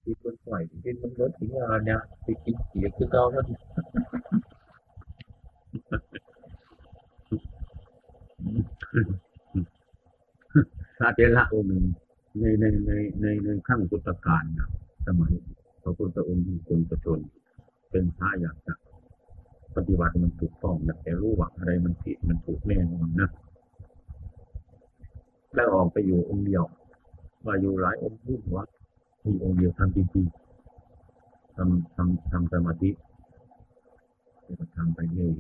ที่คนปล่อยที่มันลดทิ้งอะไรเนี่ยไปกินเสียคือเก่าแล้วพระเถระองค์หนึ่งในขั้งพุทธกาลนะสมัยพระพุทธองค์เป็นประชนเป็นพระอยากจะปฏิบัติมันถูกต้องอยากจะรู้ว่าอะไรมันผิดมันถูกแน่นอนนะแล้วออกไปอยู่องค์เดียวว่าอยู่หลายองค์รุ่นวัดมีองค์เดียวทำจริงๆทำสมาธิทำไปเรื่อย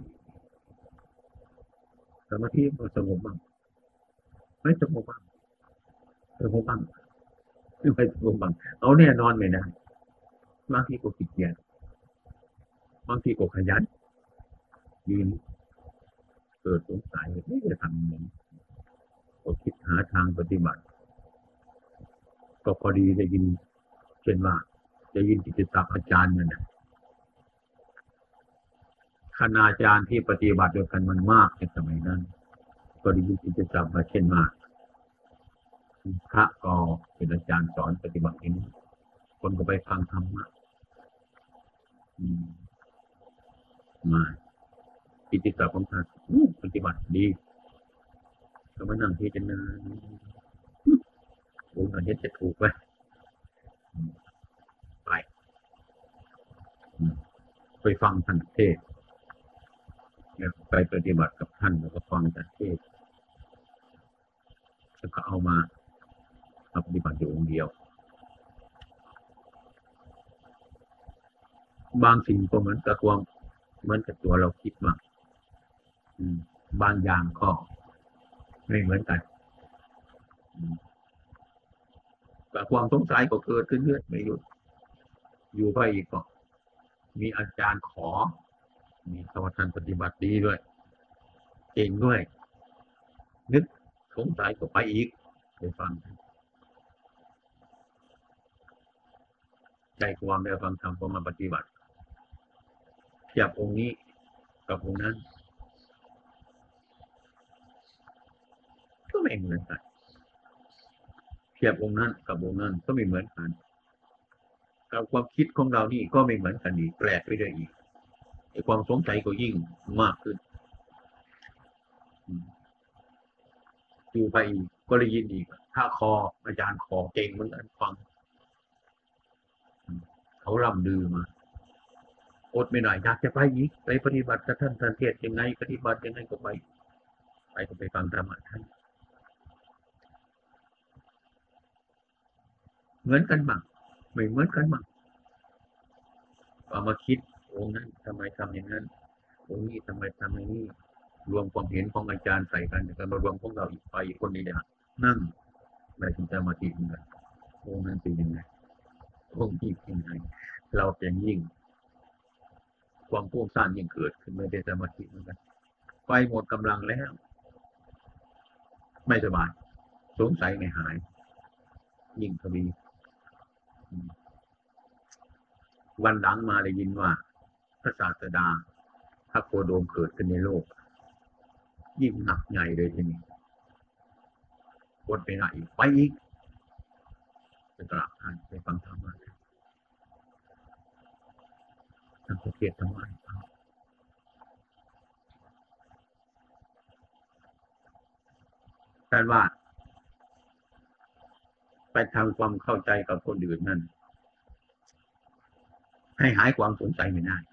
สมาธิก็สงบบ้างไม่สงบบ้างสงบบ้างไม่สงบบ้างเอาแน่นอนไม่ได้บางทีก็ขี้เกียจบางทีก็ขยันยืนเกิดสงสัยไม่จะทำยังไงก็คิดหาทางปฏิบัติก็พอดีได้ยินเช่นว่าได้ยินกิจศัพท์อาจารย์เนี่ยคณาจารย์ที่ปฏิบัติด้วยกันมันมากในสมัยนั้นก็ได้ยินกิจศัพท์มาเช่นว่าพระก็เป็นอาจารย์สอนปฏิบัตินี้คนก็ไปฟังธรรมะมากิจศัพท์ของท่านปฏิบัติดีก็มานั่งพิจารณาโอ้ยเห็นจะถูกไหมไปไปฟังท่านเทศไปปฏิบัติกับท่านแล้วก็ฟังท่านเทศแล้วก็เอามาปฏิบัติอยู่องค์เดียวบางสิ่งก็เหมือนกับตัวเราคิดว่าบางอย่างก็ไม่เหมือนกันแต่ความสงสัยก็เกิดขึ้นเรื่อยไม่หยุดอยู่ไปอีกก็มีอาจารย์ขอมีสวัสดิปฏิบัติดีด้วยเก่งด้วยนึกสงสัยก็ไปอีกไปฟังใจความได้ฟังธรรมก็มาปฏิบัติเทียบองค์นี้กับองค์นั้นก็ไม่เหมือนกันเทียบองค์นั้นกับองค์นั้นก็ไม่เหมือนกันกับความคิดของเรานี่ก็ไม่เหมือนกันอีกแปลกไปด้วยอีกไอ้ความสงสัยก็ยิ่งมากขึ้นอยู่ไปอีกก็ได้ยินอีกถ้าคออาจารย์ขอเก่งเหมือนกันฟังเขาล่ำลือมาอดไม่ได้อยากจะไปอีกไปปฏิบัติกับท่านเทศยังไงปฏิบัติยังไงก็ไปก็ไปฟังธรรมะท่านเหมือนกันบ้างไม่เหมือนกันบ้างเอามาคิดองค์นั้นทำไมทำอย่างนั้นองค์นี้ทำไมทำอย่างนี้รวมความเห็นของอาจารย์ใส่กันแต่มารวมของเราอีกไปคนนี้เนี่ยนั่งไม่ถึงสมาธิเหมือนกันองค์นั้นเป็นยังไงองค์นี้เป็นยังไงเราเป็นยิ่งความพุ่งสร้างยิ่งเกิดขึ้นไม่ได้สมาธิเหมือนกันไปหมดกำลังแล้วไม่สบายสงสัยไม่หายยิ่งทวีวันหลังมาได้ยินว่าพระศาสดาพระโคโดมเกิดขึ้นในโลกยิ่งหนักใหญ่เลยทีนี้วนไปไหนไปอีกไปกราบท่านไปฟังธรรมะท่านเทศธรรมะแต่ว่าไปทำความเข้าใจกับคนอื่นนั่นให้หายความสงสัยไม่ได้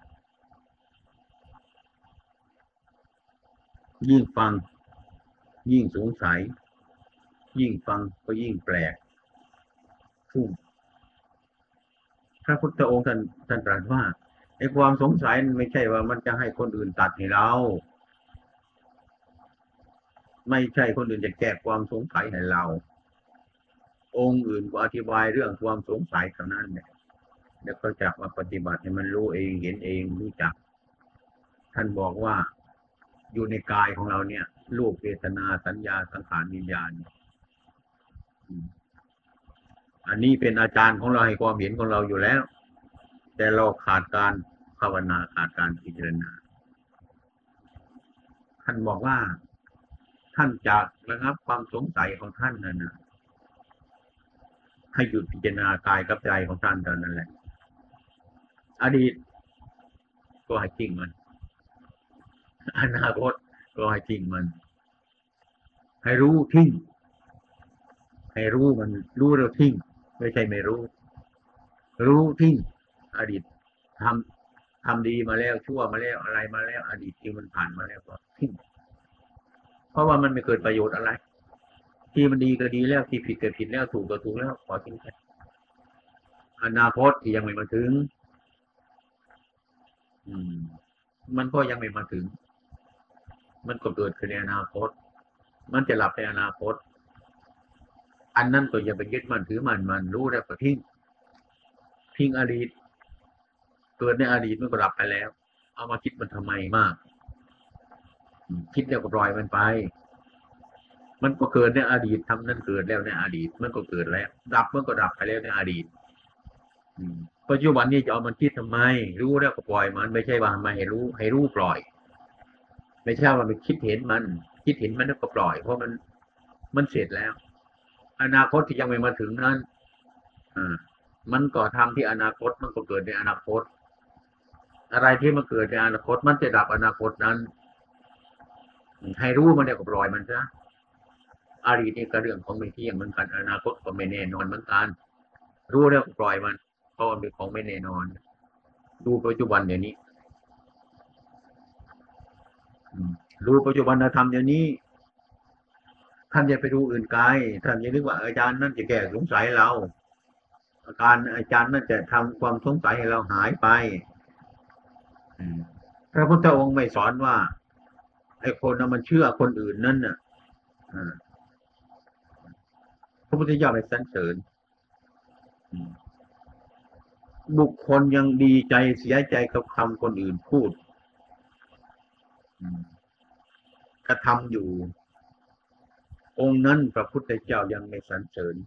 ยิ่งฟังยิ่งสงสัยยิ่งฟังก็ยิ่งแปลกซึ่งพระพุทธองค์ท่านตรัสว่าไอ้ความสงสัยไม่ใช่ว่ามันจะให้คนอื่นตัดให้เราไม่ใช่คนอื่นจะแก้ความสงสัยให้เราองค์อื่นก็อธิบายเรื่องความสงสัยเท่านั้นเนี่ยแล้วก็จับมาปฏิบัติให้มันรู้เองเห็นเองรู้จักท่านบอกว่าอยู่ในกายของเราเนี่ยรูปเวทนาสัญญาสังขารวิญญาณอันนี้เป็นอาจารย์ของเราให้ความเห็นของเราอยู่แล้วแต่เราขาดการภาวนาขาดการพิจารณาท่านบอกว่าท่านจากระงับความสงสัยของท่านนั่นนะให้หยุดพิจารณากายกับใจของท่านเท่านั้นแหละอดีตก็ให้ทิ้งมันอนาคตก็ให้ทิ้งมันให้รู้ทิ้งให้รู้มันรู้แล้วทิ้งไม่ใช่ไม่รู้รู้ทิ้งอดีตทำดีมาแล้วชั่วมาแล้วอะไรมาแล้วอดีตที่มันผ่านมาแล้วก็ทิ้งเพราะว่ามันไม่เกิดประโยชน์อะไรที่มันดีก็ดีแล้วที่ผิดก็ผิดแล้วถูกก็ถูกแล้วขอทิ้งไปอนาคตที่ยังไม่มาถึงอืมมันก็ยังไม่มาถึงมันก็เกิดขึ้นในอนาคตมันจะหลับในอนาคตอันนั้นก็อย่าไปยึดมันถือมันรู้แล้วก็ทิ้งอดีตเกิดในอดีตมันก็ดับไปแล้วเอามาคิดมันทำไมมากคิดแล้วก็ปล่อยมันไปมันก็เกิดในอดีตทำนั้นเกิดแล้วในอดีตมันก็เกิดแล้วดับมันก็ดับไปแล้วในอดีตปัจจุบันนี้จะเอามันคิดทำไมรู้แล้วก็ปล่อยมันไม่ใช่ว่าไม่ให้รู้ปล่อยไม่ใช่ว่ามันคิดเห็นมันแล้วก็ปล่อยเพราะมันเสร็จแล้วอนาคตที่ยังไม่มาถึงนั้นมันก็ทำที่อนาคตมันก็เกิดในอนาคตอะไรที่มันเกิดในอนาคตมันจะดับอนาคตนั้นให้รู้มันแล้วก็ปล่อยมันซะอดีตนี่ก็เรื่องของไม่เที่ยงเหมือนกันอนาคตก็ไม่แน่นอนเหมือนกันรู้แล้วก็ปล่อยมันเพราะมันเป็นของไม่แน่นอนดูปัจจุบันเดี๋ยวนี้รู้ปัจจุบันธรรมเดี๋ยวนี้ท่านอย่าไปดูอื่นไกลท่านอย่านึกว่าอาจารย์นั่นจะแก้สงสัยเราอาจารย์นั่นจะทำความสงสัยให้เราหายไปพระพุทธองค์ไม่สอนว่าไอ้คนนั้นมันเชื่อคนอื่นนั่นน่ะพระพุทธเจ้าไม่สรรเสริญบุคคลยังดีใจเสียใจกับคำคนอื่นพูดกระทำอยู่องค์นั้นพระพุทธเจ้ายังไม่สรรเสริญ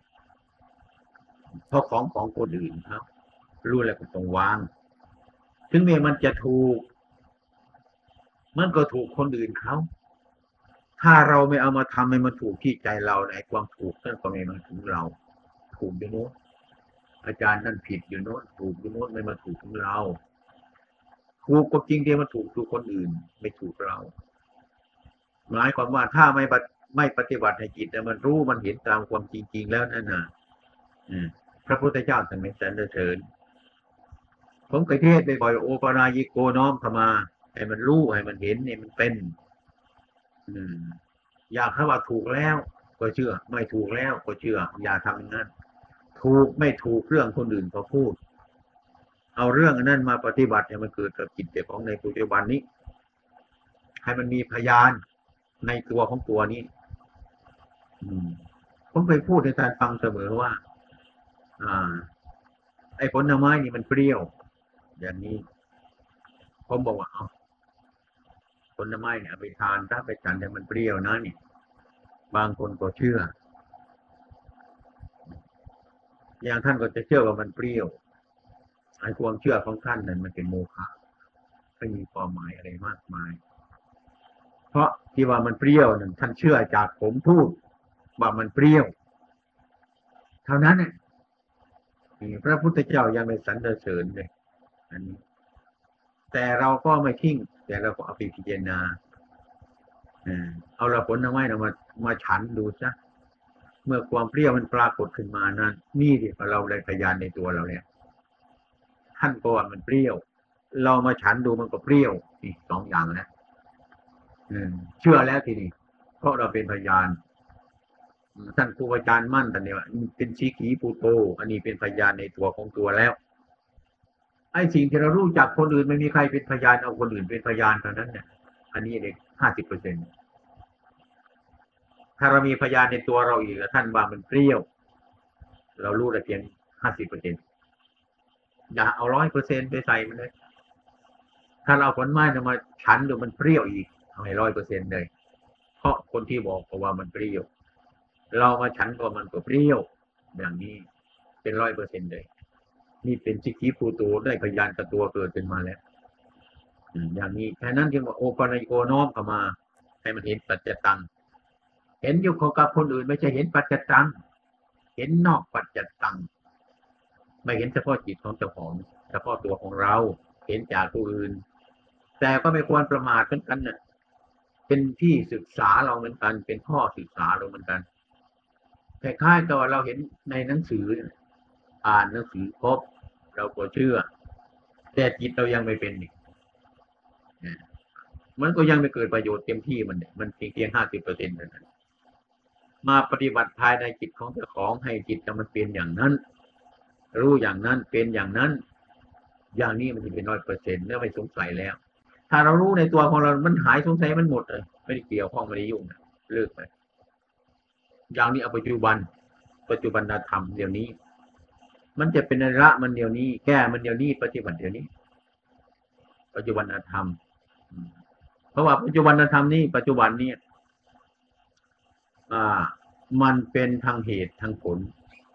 เพราะของคนอื่นครับรู้แล้วก็ต้องวางถึงแม้มันจะถูกมันก็ถูกคนอื่นเขาถ้าเราไม่เอามาทำให้มันถูกที่ใจเราในความถูกนั่นก็ไม่มาถึงเราถูกอยู่โน้นอาจารย์นั่นผิดอยู่โน้นถูกอยู่โน้นไม่มาถูกถึงเราถูกก็จริงเดียวมันถูกคนอื่นไม่ถูกเราหมายความว่าถ้าไม่ปฏิบัติให้จิตมันรู้มันเห็นตามความจริงๆแล้วนั่นน่ะพระพุทธเจ้าท่านไม่สรรเสริญผมเคยเทศไปบ่อยโอปารายิโกน้อมเข้ามาให้มันรู้ให้มันเห็นเนี่ยมันเป็นอยากให้ว่าถูกแล้วก็เชื่อไม่ถูกแล้วก็เชื่ออย่าทำอย่างนั้นถูกไม่ถูกเรื่องคนอื่นเขาพูดเอาเรื่องนั้นมาปฏิบัติให้มันเกิดกับจิตของในปัจจุบันนี้ให้มันมีพยานในตัวของตัวนี้ผมเคยพูดให้ท่านฟังเสมอว่าไอ้ผลไม้นี่มันเปรี้ยวอย่างนี้ผมบอกว่าผลไม้เนี่ยไปทานถ้าไปฉันแต่มันเปรี้ยวนะนี่บางคนก็เชื่ออย่างท่านก็จะเชื่อว่ามันเปรี้ยวไอ้ความเชื่อของท่านนั้นมันเป็นโมฆะไม่มีความหมายอะไรมากมายเพราะที่ว่ามันเปรี้ยวนั่นท่านเชื่อจากผมพูดว่ามันเปรี้ยวเท่านั้นเนี่ยพระพุทธเจ้ายังไม่สรรเสริญเลยอันนี้แต่เราก็ไม่ทิ้งแต่เราก็เอาไปพิจารณาเอาผลไม้มาฉันดูซะเมื่อความเปรี้ยวมันปรากฏขึ้นมานั้นนี่ที่เราได้พยานในตัวเราเนี่ยท่านก็ว่ามันเปรี้ยวเรามาฉันดูมันก็เปรี้ยวนี่สองอย่างนะเชื่อแล้วทีนี้เพราะเราเป็นพยานท่านครูอาจารย์มั่นท่านเนี่ยเป็นชีขีปูโตอันนี้เป็นพยานในตัวของตัวแล้วไอ้สิ่งที่เรารู้จักคนอื่นไม่มีใครเป็นพยานเอาคนอื่นเป็นพยานเท่านั้นเนี่ยอันนี้เด็ก50%ถ้าเรามีพยานในตัวเราอีกท่านว่ามันเปรี้ยวเรารู้แต่เพียง50%อย่าเอา100%ไปใส่มันเลยถ้าเราผลไม้มาฉันดูมันเปรี้ยวอีกเอาให้100%เลยเพราะคนที่บอกว่ามันเปรี้ยวเรามาฉันก็มันก็เปรี้ยวอย่างนี้เป็น100%เลยนี่เป็นสิกขีภูโตได้พยานกับตัวเกิดขึ้นมาแล้วอย่างนี้แค่นั้นจึงว่าโอปัญโกน้อมเข้ามาให้มันเห็นปัจจตังเห็นอยู่กับคนอื่นไม่ใช่เห็นปัจจตังเห็นนอกปัจจัตตังไม่เห็นเฉพาะจิตของเจ้าของเฉพาะตัวของเราเห็นจากผู้อื่นแต่ก็ไม่ควรประมาทเหมือนกันนะเป็นที่ศึกษาเราเหมือนกันเป็นข้อศึกษาเราเหมือนกันคล้ายๆกับเราเห็นในหนังสืออ่านหนังสือครบเราก็เชื่อแต่จิตเรายังไม่เป็นอีกมันก็ยังไม่เกิดประโยชน์เต็มที่มันเพียง50%เท่านั้นมาปฏิบัติภายในจิตของเจ้าของให้จิตมันเป็นอย่างนั้นรู้อย่างนั้นเป็นอย่างนั้นอย่างนี้มันจะเป็น100%เมื่อไม่สงสัยแล้วถ้าเรารู้ในตัวของเรามันหายสงสัยมันหมดเลยไม่ได้เกี่ยวข้องไม่ได้ยุ่งเลิกไปอย่างนี้เอาปัจจุบันธรรมเดี๋ยวนี้มันจะเป็นระมันเดี๋ยวนี้แก้มันเดี๋ยวนี้ปฏิบัติเดี๋ยวนี้ปัจจุบันธรรมเพราะว่าปัจจุบันธรรมนี้ปัจจุบันนี้มันเป็นทางเหตุทางผล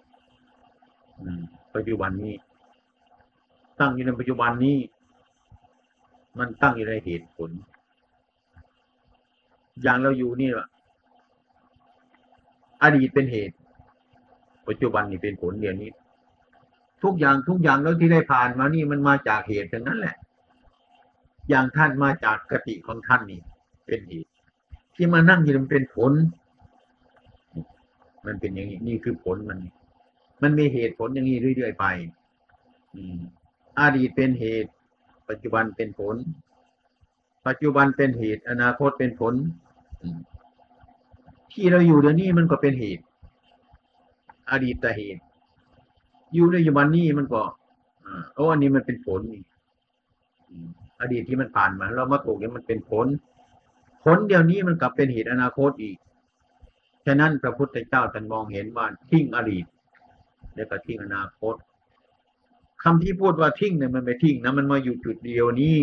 ปัจจุบันนี้ตั้งอยู่ในปัจจุบันนี้มันตั้งอยู่ในเหตุผลอย่างเราอยู่นี่อดีตเป็นเหตุปัจจุบันนี่เป็นผลเดี๋ยวนี้ทุกอย่างแล้วที่ได้ผ่านมานี่มันมาจากเหตุทั้งนั้นแหละอย่างท่านมาจากกติของท่านนี่เป็นเหตุที่มานั่งอยู่มันเป็นผลมันเป็นอย่างนี้นี่คือผลมันมีเหตุผลอย่างนี้เรื่อยๆไปอดีตเป็นเหตุปัจจุบันเป็นผลปัจจุบันเป็นเหตุอนาคตเป็นผลที่เราอยู่เดี๋ยวนี้มันก็เป็นเหตุอดีตเหตุอยู่ในปัจจุบันนี้มันก็อันนี้มันเป็นผลอดีตที่มันผ่านมาเรามาตกเนี่ยมันเป็นผลเดี๋ยวนี้มันกลับเป็นเหตุอนาคตอีกฉะนั้นพระพุทธเจ้าท่านมองเห็นว่าทิ้งอดีตแล้วก็ทิ้งอนาคตคำที่พูดว่าทิ้งเนี่ยมันไม่ทิ้งนะมันมาอยู่จุดเดียวนี้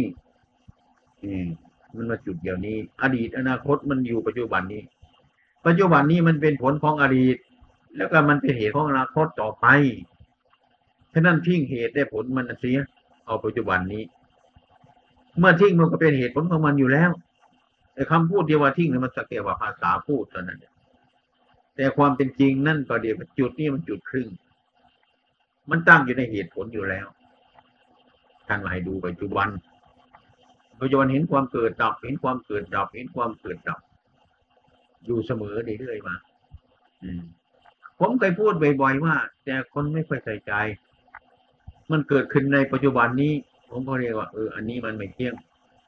มันมาจุดเดียวนี้อดีตอนาคตมันอยู่ปัจจุบันนี้มันเป็นผลของอดีตแล้วก็มันเป็นเหตุของอนาคตต่อไปฉะนั้นทิ้งเหตุได้ผลมันเสียเอาปัจจุบันนี้เมื่อทิ้งมันก็เป็นเหตุผลของมันอยู่แล้วไอ้คำพูดเดียวว่าทิ้งเนี่ยมันสักแต่ว่าภาษาพูดเท่านั้นแต่ความเป็นจริงนั่นก็เดียวจุดนี้มันจุดครึ่งมันตั้งอยู่ในเหตุผลอยู่แล้วท่านให้ดูปัจจุบันเห็นความเกิดดับเห็นความเกิดดับเห็นความเกิดดับอยู่เสมอเรื่อยๆมาผมเคยพูดบ่อยๆว่าแต่คนไม่ค่อยใส่ใจมันเกิดขึ้นในปัจจุบันนี้ผมก็เรียกว่าอันนี้มันไม่เที่ยง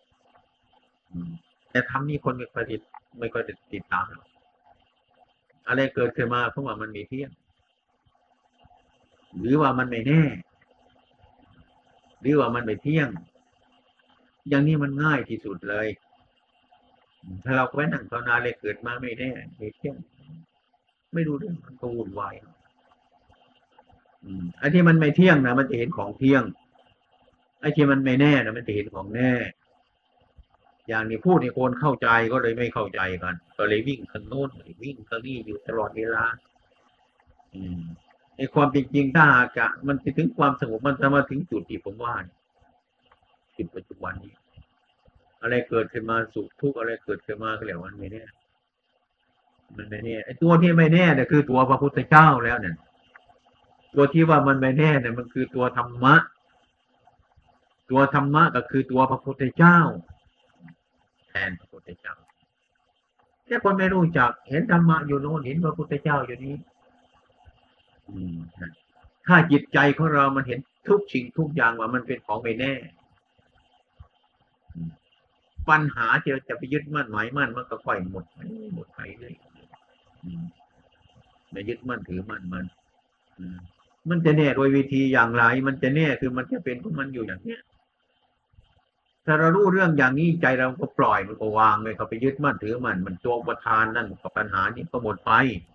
แต่ทำนี่คนไม่ค่อยติดตามอะไรเกิดขึ้นมาเพราะว่ามันไม่เที่ยงหรือว่ามันไม่แน่หรือว่ามันไม่เที่ยงอย่างนี้มันง่ายที่สุดเลยถ้าเราไปนั่งภาวนาเลยเกิดมาไม่แน่ไม่เที่ยงไม่รู้เรื่องมันก็วุ่นวายไอ้ที่มันไม่เที่ยงนะมันจะเห็นของเที่ยงไอ้ที่มันไม่แน่นะมันจะเห็นของแน่อย่างนี้พูดให้คนเข้าใจก็เลยไม่เข้าใจกันก็เลยวิ่งข้างโน้นวิ่งข้างนี้อยู่ตลอดเวลาในความเป็นจริงถ้าหากมันจะถึงความสงบมันจะมาถึงจุดที่ผมว่าจุดปัจจุบันนี้อะไรเกิดขึ้นมาสุขทุกข์อะไรเกิดขึ้นมาก็แล้วมันไม่แน่ไอ้ตัวที่ไม่แน่เนี่ยคือตัวพระพุทธเจ้าแล้วเนี่ยตัวที่ว่ามันไม่แน่เนี่ยมันคือตัวธรรมะก็คือตัวพระพุทธเจ้าแทนพระพุทธเจ้าแค่คนไม่รู้จักเห็นธรรมะอยู่โน้นเห็นพระพุทธเจ้าอยู่นี้ถ้าจิตใจของเรามันเห็นทุกสิ่งทุกอย่างว่ามันเป็นของไม่แน่ปัญหาที่เราจะไปยึดมั่นหมายมั่นมันก็ค่อยหมดไปเลยไม่ยึดมั่นถือมั่นมันจะแน่โดยวิธีอย่างไรมันจะแน่คือมันจะเป็นของมันอยู่อย่างเนี้ยถ้าเรารู้เรื่องอย่างนี้ใจเราก็ปล่อยมันก็วางเลยเขาไปยึดมั่นถือมันตัวประทานนั่นกับปัญหานี้ก็หมดไป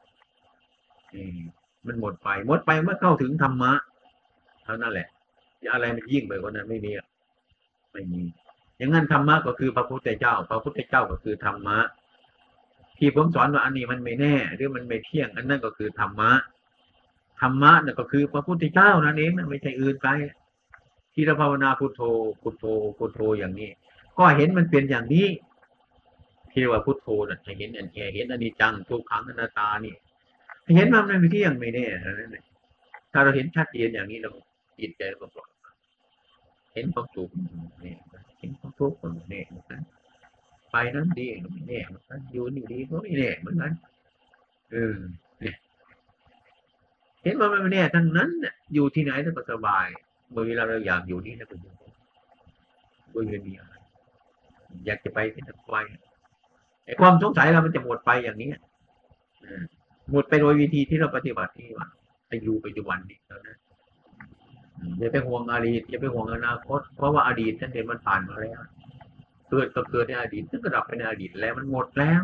มันหมดไปเมื่อเข้าถึงธรรมะเท่านั้นแหละอะไรมันยิ่งไปกว่านั้นไม่มีอย่างนั้นธรรมะก็คือพระพุทธเจ้าก็คือธรรมะที่ผมสอนว่าอันนี้มันไม่แน่หรือมันไม่เที่ยงอันนั้นก็คือธรรมะเนี่ยก็คือพระพุทธเจ้านั่นเองไม่ใช่อื่นไกลที่เราภาวนาพุทโธอย่างนี้ก็เห็นมันเป็นอย่างนี้ที่ว่าพุทโธน่ะเห็นอนิจจังทุกขังอนัตตานี่เห็นว่ามันไม่เที่ยงไม่แน่นั่นแหละถ้าเราเห็นชัดเจนอย่างนี้เราจิตใจเราก็ปลอดเห็นความสุขเนี่ยเห็นความทุกข์เนี่ยนะไปนั้นดีไม่แน่เหมือนกันอยู่นี่ดีก็ไม่แน่เหมือนกันเนี่ยเห็นว่ามันไม่แน่ทั้งนั้นเนี่ยอยู่ที่ไหนก็สบายเมื่อเวลาเราอยากอยู่นี่นะคุณก็ยืนมีอะไรอยากจะไปที่ไหนไปไอ้ความสงสัยเรามันจะหมดไปอย่างนี้หมดไปโดยวิธีที่เราปฏิบัติที่ว่าไปอยู่ปัจจุบันนี้แล้วนะอย่าไปห่วงอดีตอย่าไปห่วงอนาคตเพราะว่าอดีตนั่นเองมันผ่านมาแล้วเกิดก็เกิดในอดีตซึ่งก็ดับไปในอดีตแล้วมันหมดแล้ว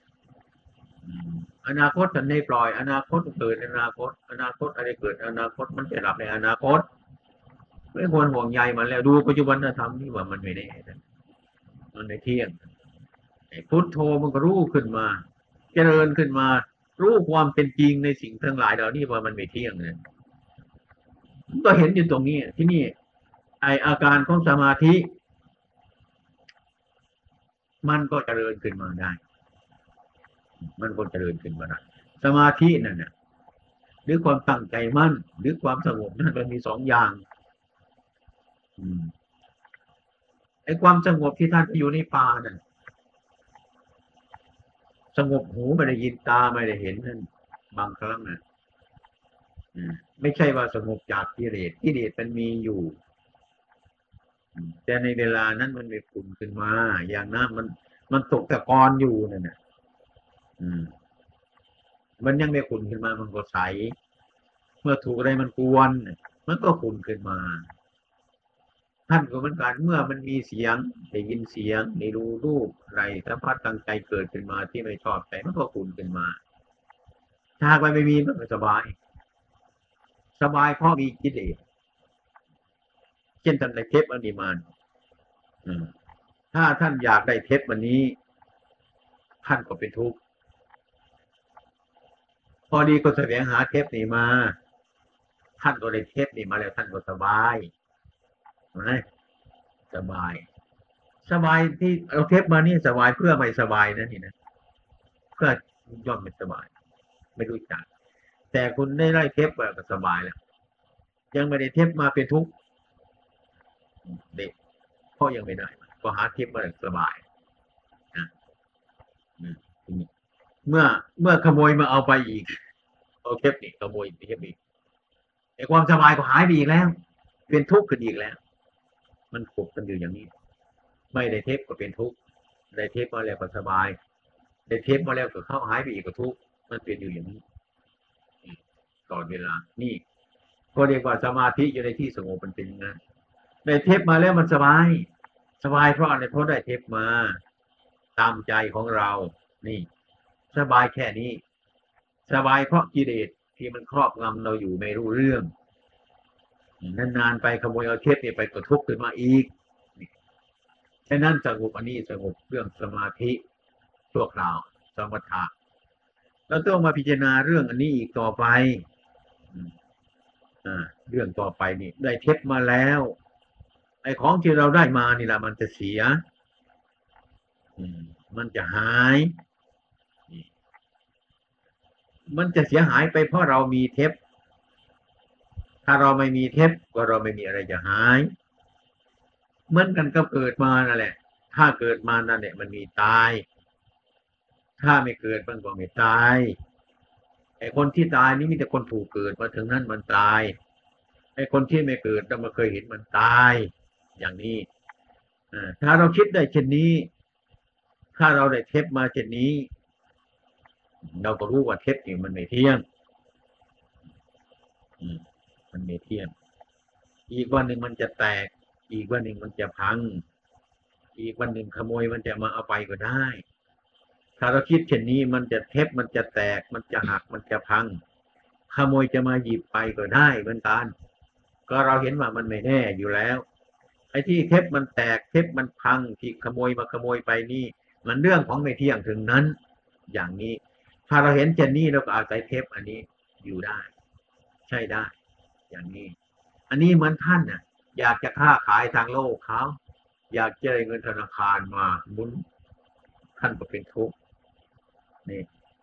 อนาคตฉันไม่ปล่อยอนาคตเกิดในอนาคตอนาคตอะไรเกิดอนาคตมันจะดับในอนาคตไม่ควรห่วงใยมันแล้วดูปัจจุบันธรรมนี่ว่ามันไม่ได้มันไม่เที่ยงพุทโธมันก็รู้ขึ้นมาเจริญขึ้นมารู้ความเป็นจริงในสิ่งทั้งหลายเหล่านี้ว่ามันไม่เที่ยงเลยก็เห็นอยู่ตรงนี้ที่นี่ไออาการของสมาธิมันก็เจริญขึ้นมาได้มันก็เจริญขึ้นมาได้สมาธินั่นน่ะหรือความตั้งใจมั่นหรือความสงบนั่นมันมีสองอย่างไอความสงบที่ท่านอยู่ในป่านั่นสงบหูไม่ได้ยินตาไม่ได้เห็นนั่นบางครั้งน่ะไม่ใช่ว่าสงบจากกิเลสกิเลสมันมีอยู่แต่ในเวลานั้นมันไม่ขุ่นขึ้นมาอย่างน้ำมันตกตะกอนอยู่นั่นน่ะมันยังไม่ขุ่นขึ้นมามันก็ใสเมื่อถูกอะไรมันกวนมันก็ขุ่นขึ้นมาท่านก็เหมือนกันเมื่อมันมีเสียงได้ยินเสียงได้ดูรูปอะไรสัมผัสทางใจเกิดขึ้นมาที่ไม่ชอบใจมันก็ขุ่นขึ้นมาถ้าหากไม่มีมันก็สบายสบายเพราะมีกิเลสเช่นท่านในเทปอนิมานถ้าท่านอยากได้เทปวันนี้ท่านก็เป็นทุกข์พอดีก็แสวงหาเทปนี้มาท่านก็ได้เทปนี้มาแล้วท่านก็สบายสบายสบายที่เอาเทปมานี่สบายเพื่อไม่สบายนะนี่นะเพื่อย่อมไม่สบายไม่รู้จักแต่คุณได้ไล่เทปมาก็สบายแล้วยังไม่ได้เทปมาเป็นทุกข์เด็กเพราะยังไม่ได้ก็หาเทปมาสบายนะเมื่อขโมยมาเอาไปอีกเอาเทปนี่ขโมยเทปอีกไอ้ความสบายก็หายไปอีกแล้วเป็นทุกข์ขึ้นอีกแล้วมันขบกันอยู่อย่างนี้ไม่ได้เทปก็เป็นทุกข์ได้เทปมาแล้วก็สบายได้เทปมาแล้วก็เข้าหายไปอีกก็ทุกข์มันเป็นอยู่อย่างนี้ตลอดเวลานี่ก็เรียกว่าสมาธิอยู่ในที่สงบมันเป็นอย่างนั้นได้เทปมาแล้วมันสบายสบายเพราะอะไรเพราะได้เทปมาตามใจของเรานี่สบายแค่นี้สบายเพราะกิเลสที่มันครอบงำเราอยู่ไม่รู้เรื่องนานๆไปขโมยเอาเทปนี่ไปก็ทุกข์ขึ้นมาอีกฉะนั้นสงบอันนี้สงบเรื่องสมาธิชั่วคราวสมถะเราต้องมาพิจารณาเรื่องอันนี้อีกต่อไปเรื่องต่อไปนี่ได้เทปมาแล้วไอ้ของที่เราได้มานี่แหละมันจะเสียมันจะหายมันจะเสียหายไปเพราะเรามีเทปถ้าเราไม่มีเทปก็เราไม่มีอะไรจะหายเหมือนกันก็เกิดมานั่นแหละถ้าเกิดมานั่นแหละมันมีตายถ้าไม่เกิดมันก็ไม่ตายไอ้คนที่ตายนี่มีแต่คนถูกเกิดมาถึงนั้นมันตายไอ้คนที่ไม่เกิดเราไม่เคยเห็นมันตายอย่างนี้ถ้าเราคิดได้เช่นนี้ถ้าเราได้เทปมาเช่นนี้เราก็รู้ว่าเทปนี่มันไม่เที่ยงมันไม่เที่ยงอีกวันหนึ่งมันจะแตกอีกวันหนึ่งมันจะพังอีกวันหนึ่งขโมยมันจะมาเอาไปก็ได้ถ้าเราคิดเช่นนี้มันจะเทปมันจะแตกมันจะหักมันจะพังขโมยจะมาหยิบไปก็ได้เหมือนกันก็เราเห็นว่ามันไม่แน่อยู่แล้วไอ้ที่เทปมันแตกเทปมันพังที่ขโมยมาขโมยไปนี่มันเรื่องของไม่เที่ยงถึงนั้นอย่างนี้ถ้าเราเห็นเช่นนี้เราก็อาศัยเทปอันนี้อยู่ได้ใช่ได้อย่างนี้อันนี้เหมือนท่านน่ะอยากจะค้าขายทางโลกเขาอยากจะได้เงินธนาคารมาหมุนท่านก็เป็นทุกข์นี่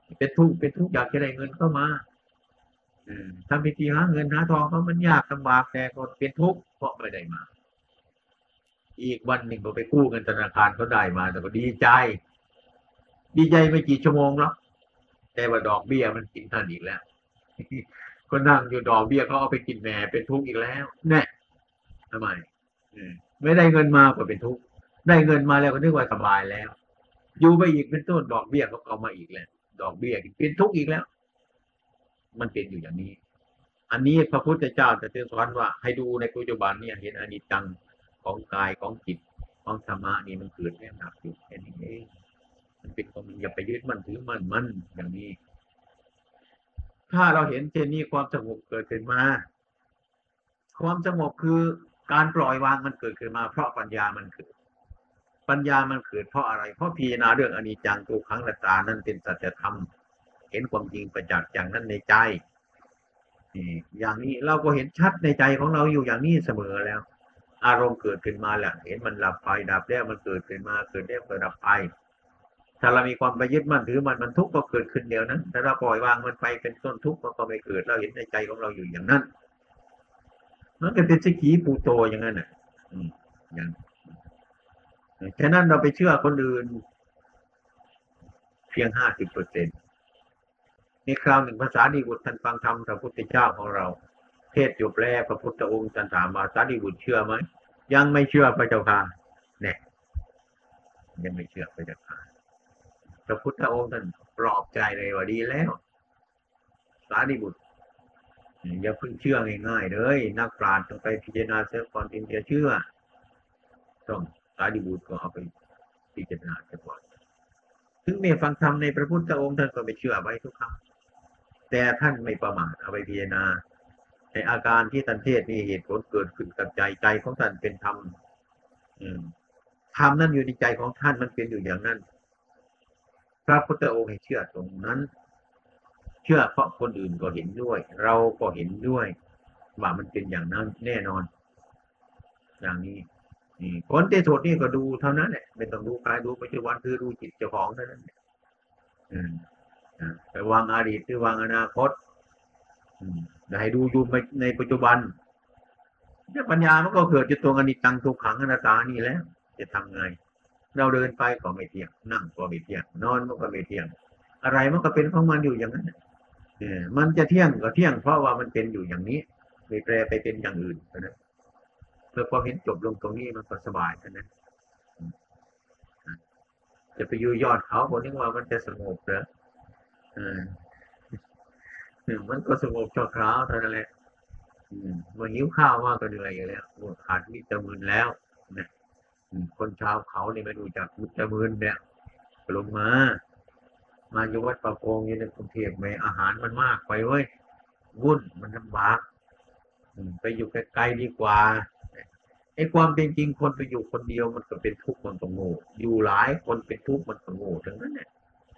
เป็นทุกข์อยากจะได้เงินเข้ามาทำพิธีหาเงินหาทองเพราะมันยากลำบากแต่ก็เป็นทุกข์เพราะไม่ได้มาอีกวันหนึ่งก็ไปกู้เงินธนาคารเขาได้มาแต่ก็ดีใจไม่กี่ชั่วโมงแล้วแต่ว่าดอกเบี้ยมันกินท่านอีกแล้วก็นั่งอยู่ดอกเบี้ยเขาเอาไปกินแหน่เป็นทุกข์อีกแล้วเนี่ยทำไมไม่ได้เงินมาก็เป็นทุกข์ได้เงินมาแล้วก็นึกว่าสบายแล้วอยู่ไปอีกเป็นต้นดอกเบี้ยเขาเอามาอีกแล้วดอกเบี้ยเป็นทุกข์อีกแล้วมันเป็นอยู่อย่างนี้อันนี้พระพุทธเจ้าจะสอนว่าให้ดูในปัจจุบันเนี่ยเห็นอนิจจังของกายของจิตของธรรมะนี่มันเกิดแน่นับอยู่แค่นี้เองมันเป็นของมันอย่าไปยึดมันถือมันอย่างนี้ถ้าเราเห็นเช่นนี้ความสงบเกิดขึ้นมาความสงบคือการปล่อยวางมันเกิดขึ้นมาเพราะปัญญามันเกิดเพราะอะไรเพราะพิจารณาเรื่องอนิจจังทุกขังอนัตตานั้นเป็นสัจธรรมเห็นความจริงประจักษ์อย่างนั้นในใจอย่างนี้เราก็เห็นชัดในใจของเราอยู่อย่างนี้เสมอแล้วอารมณ์เกิดขึ้นมาแหละเห็นมันหลับไปดับแล้วมันเกิดขึ้นมาเกิดแล้วเกิดดับไปถ้าเรามีความไปยึดมั่นถือมันทุกข์ก็เกิดขึ้นเดียวนั้นถ้าเราปล่อยวางมันไปเป็นต้นทุกข์มันก็ไม่เกิดเราเห็นในใจของเราอยู่อย่างนั้นมันก็เป็นสกีปูโตอย่างนั้นน่ะอย่างฉะนั้นเราไปเชื่อคนอื่นเพียง50%ในคราวหนึ่งภาษาดีบุตรท่านฟังธรรมพระพุทธเจ้าของเราเทศจบแล้วพระพุทธองค์ท่านถามว่าสารีบุตรเชื่อไหมยังไม่เชื่อพระเจ้าค่ะเนี่ยยังไม่เชื่อพระเจ้าค่ะพระพุทธองค์ท่านปลอบใจเลยว่าดีแล้วสารีบุตรอย่าเพิ่งเชื่อง่ายๆเลยนักปราชญ์ต้องไปพิจารณาเสียก่อนถึงจะเชื่อต้องสารีบุตรก็เอาไปพิจารณาเสียก่อนถึงแม้ฟังธรรมในพระพุทธองค์ท่านก็ไม่เชื่อไว้ทุกคำแต่ท่านไม่ประมาทเอาไปพิจารณาในอาการที่ท่านเทศมีเหตุผลเกิดขึ้นกับใจของท่านเป็นธรรมธรรมนั้นอยู่ในใจของท่านมันเป็นอยู่อย่างนั้นพระพุทธองค์ให้เชื่อตรงนั้นเชื่อเพราะคนอื่นก็เห็นด้วยเราก็เห็นด้วยว่ามันเป็นอย่างนั้นแน่นอนอย่างนี้ผลที่สุดนี่ก็ดูเท่านั้นแหละไม่ต้องดูกายดูปัจจุบันคือดูจิตเจ้าของเท่านั้นไปวางอดีตหรือวางอนาคตให้ดูอยู่ในปัจจุบันเนี่ยปัญญามันก็เกิดจากตัวอนิจจังทุกขังอนัตตานี่แล้วจะทำไงเราเดินไปก็ไม่เที่ยงนั่งก็ไม่เที่ยงนอนมันก็ไม่เที่ยงอะไรมันก็เป็นของมันอยู่อย่างนั้นมันจะเที่ยงก็เที่ยงเพราะว่ามันเป็นอยู่อย่างนี้ไม่แปรไปเป็นอย่างอื่นนะเมื่อพอเห็นจบลงตรงนี้มันก็สบายนะจะไปอยู่ยอดเขาคนนึกว่ามันจะสงบเหรอมันก็สงบชั่วคราวเท่านั้นแหละมันหิวข้าวมากก็เหนื่อยอยู่แล้วขาดวิตามินแล้วนะคนชาวเขาเนี่ยไม่รู้จักวิตามินเนี่ยลงมาอยู่วัดประโปงอยู่ในกรุงเทพไม่อาหารมันมากไปเว้ยวุ่นมันลำบากไปอยู่ไกลๆดีกว่าไอ้ความเป็นจริงคนไปอยู่คนเดียวมันก็เป็นทุกข์มันก็โง่อยู่หลายคนเป็นทุกข์มันก็โง่ทั้งนั้นเนี่ย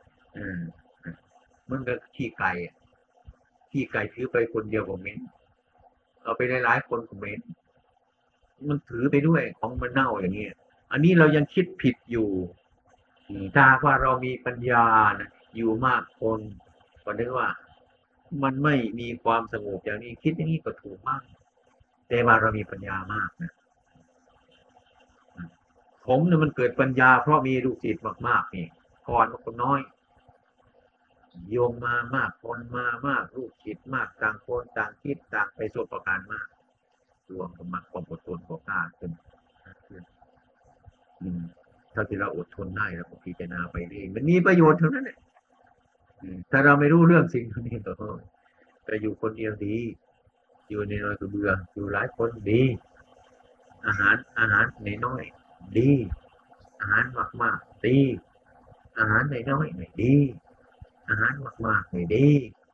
มันก็ขี้ไก่ถือไปคนเดียวก็เหม็นเอาไปหลายๆคนก็เหม็นมันถือไปด้วยของมันเน่าอย่างนี้อันนี้เรายังคิดผิดอยู่ถ้าว่าเรามีปัญญานะอยู่มากคนก็นึกว่ามันไม่มีความสงบอย่างนี้คิดอย่างนี้ก็ถูกมากแต่ว่าเรามีปัญญามากนะผมเนี่ยมันเกิดปัญญาเพราะมีลูกศิษย์มากๆนี่ก่อนคนน้อยโยมมามากคนมามากลูกศิษย์มากต่างคนต่างคิดต่างไปสู่ประการมากรวมกันมาความอดทนความกล้าขึ้นถ้าที่เราอดทนได้เราก็พิจารณาไปเองมันมีประโยชน์เท่านั้นแหละถ้าเราไม่รู้เรื่องสิ่งนี้ก็ไปอยู่คนเดียวดีอยู่ในน้อยก็เบื่ออยู่หลายคนดีอาหารในน้อยดีอาหารมากๆดีอาหารในน้อยไม่ดีอาหารมากๆไม่ดี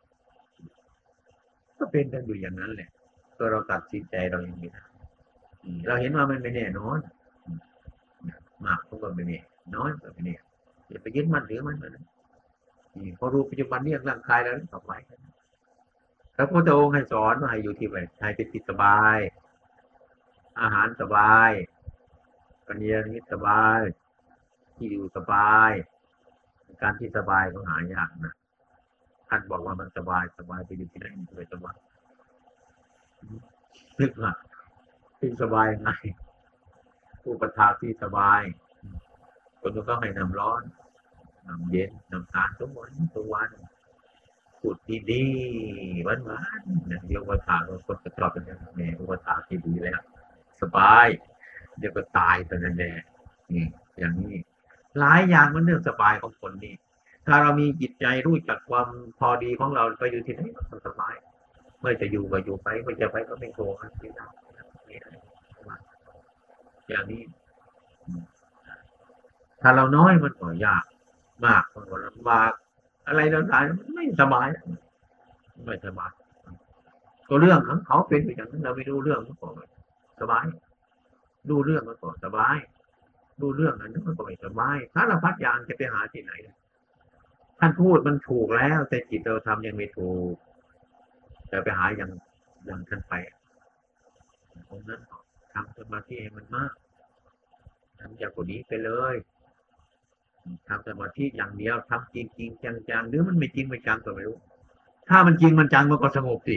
ก็เป็นกันอยู่อย่างนั้นแหละตัวเราตัดสินใจเราอย่างนี้เราเห็นว่ามันไม่แน่นอนมากก็ไม่แน่น้อยก็ไม่แน่อย่าไปยึดมั่นถือมันนะพอรู้ปัจจุบันนี้ร่างกายแล้วต่อไปพระพุทธองค์ให้สอนว่าให้อยู่ที่ไหนให้เป็นที่สบายอาหารสบายปัญญานิสบายที่อยู่สบายการที่สบายก็หายากนะท่านบอกว่ามันสบายไปอยู่ที่ไหนมันสบายนึกว่าที่สบายไงผู้ประทานที่สบายคนก็ให้น้ำร้อนน้ำเย็นน้ำตาลทุกวันพูดดีๆหวานๆเดี๋ยวอุปถากคนจะชอบเป็นอย่างนี้อุปถากที่ดีแล้วสบายเดี๋ยวก็ตายตอนนั้นแหละนี่อย่างนี้หลายอย่างมันเรื่องสบายของคนนี่ถ้าเรามีจิตใจรู้จักความพอดีของเราไปอยู่ที่ไหนมันสบายเมื่อจะอยู่ก็อยู่ไปเมื่อจะไปก็ไม่โกรธไม่ได้อย่างนี้ถ้าเราน้อยมันก็ยากมากมันก็ลำบากอะไรต่างๆไม่สบายก็เรื่องของเขาเป็นอย่างนั้นเราไม่รู้เรื่องมันก็สบายดูเรื่องมันก็สบายดูเรื่องนั้นมันก็ไม่สบายถ้าเราพัดยางจะไปหาที่ไหนท่านพูดมันถูกแล้วแต่จิตเราทำยังไม่ถูกจะไปหาอย่างท่านไปตรงนั้นทำสมาธิให้มันมากทำอย่างนี้ไปเลยทำสมาธิอย่างเดียวทำจริงจังหรือมันไม่จริงไม่จังก็ไม่รู้ถ้ามันจริงมันจังมันก็สงบสิ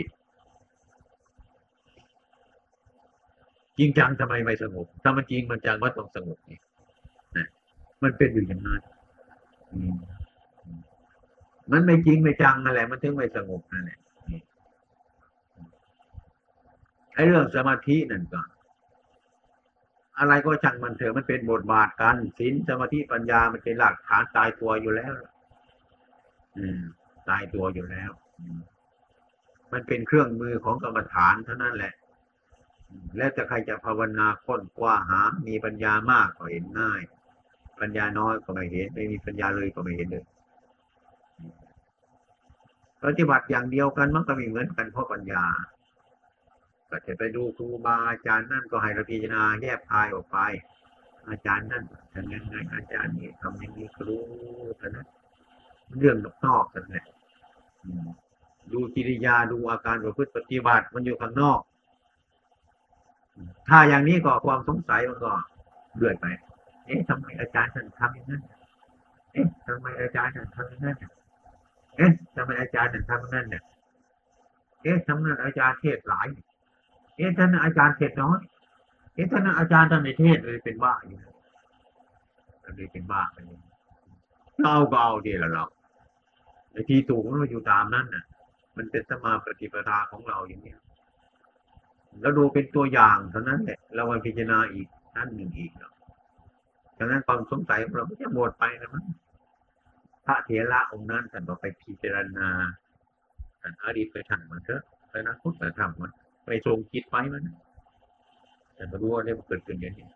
จริงจังทำไมไม่สงบถ้ามันจริงมันจังก็ต้องสงบนี่นะมันเป็นอยู่อย่างนั้นมันไม่จริงไม่จังอะไรมันถึงไม่สงบนั่นแหละไอ้เรื่องสมาธินั่นก็อะไรก็ช่างมันเถอะมันเป็นบทบาทกันศีลสมาธิปัญญามันเป็นหลักฐานตายตัวอยู่แล้วตายตัวอยู่แล้วมันเป็นเครื่องมือของกรรมฐานเท่านั้นแหละแล้วจะใครจะภาวนาค้นคว้าหามีปัญญามากก็เห็นง่ายปัญญาน้อยก็ไม่เห็นไม่มีปัญญาเลยก็ไม่เห็นเลยปฏิบัติอย่างเดียวกันมันก็ไม่เหมือนกันเพราะปัญญาก็จะไปดูครูบาอาจารย์นั่นก็ให้เราพิจารณาแยกคายออกไปอาจารย์นั่นทำยังไงอาจารย์นี่ทำอย่างนี้ก็รู้แต่นั้นเรื่องนอกๆกันแหละดูกิริยาดูอาการประพฤติปฏิบัติมันอยู่ข้างนอกถ้าอย่างนี้ก็ความสงสัยมันก็เลื่อนไปทำไมอาจารย์ท่านทำอย่างนั้นทำไมอาจารย์ท่านทำอย่างนั้นทำไมอาจารย์ท่านทำอย่างนั้นเนี่ยทำไมอาจารย์เทศหลายท่านอาจารย์เทศน้อยท่านอาจารย์ท่านในเทศเลยเป็นบ้าอยู่เลยเป็นบ้าไปเราก็เอาดีละเราไอ้ที่ถูกมันอยู่ตามนั้นน่ะมันเป็นสมาปฏิปทาของเราอย่างนี้แล้วดูเป็นตัวอย่างเท่านั้นแหละเราไปพิจารณาอีกนั่นหนึ่งอีกเนาะฉะนั้นความสงสัยของเราไม่จะหมดไปนะมั้งพระเถระองค์นั้นท่านก็ไปพิจารณาท่านอดีตไปทำมันเถอะไปนะพุทธธรรมมันไปทรงจิตไปมันแต่มาดูว่าเนี่ยมันเกิดขึ้นอย่างนี้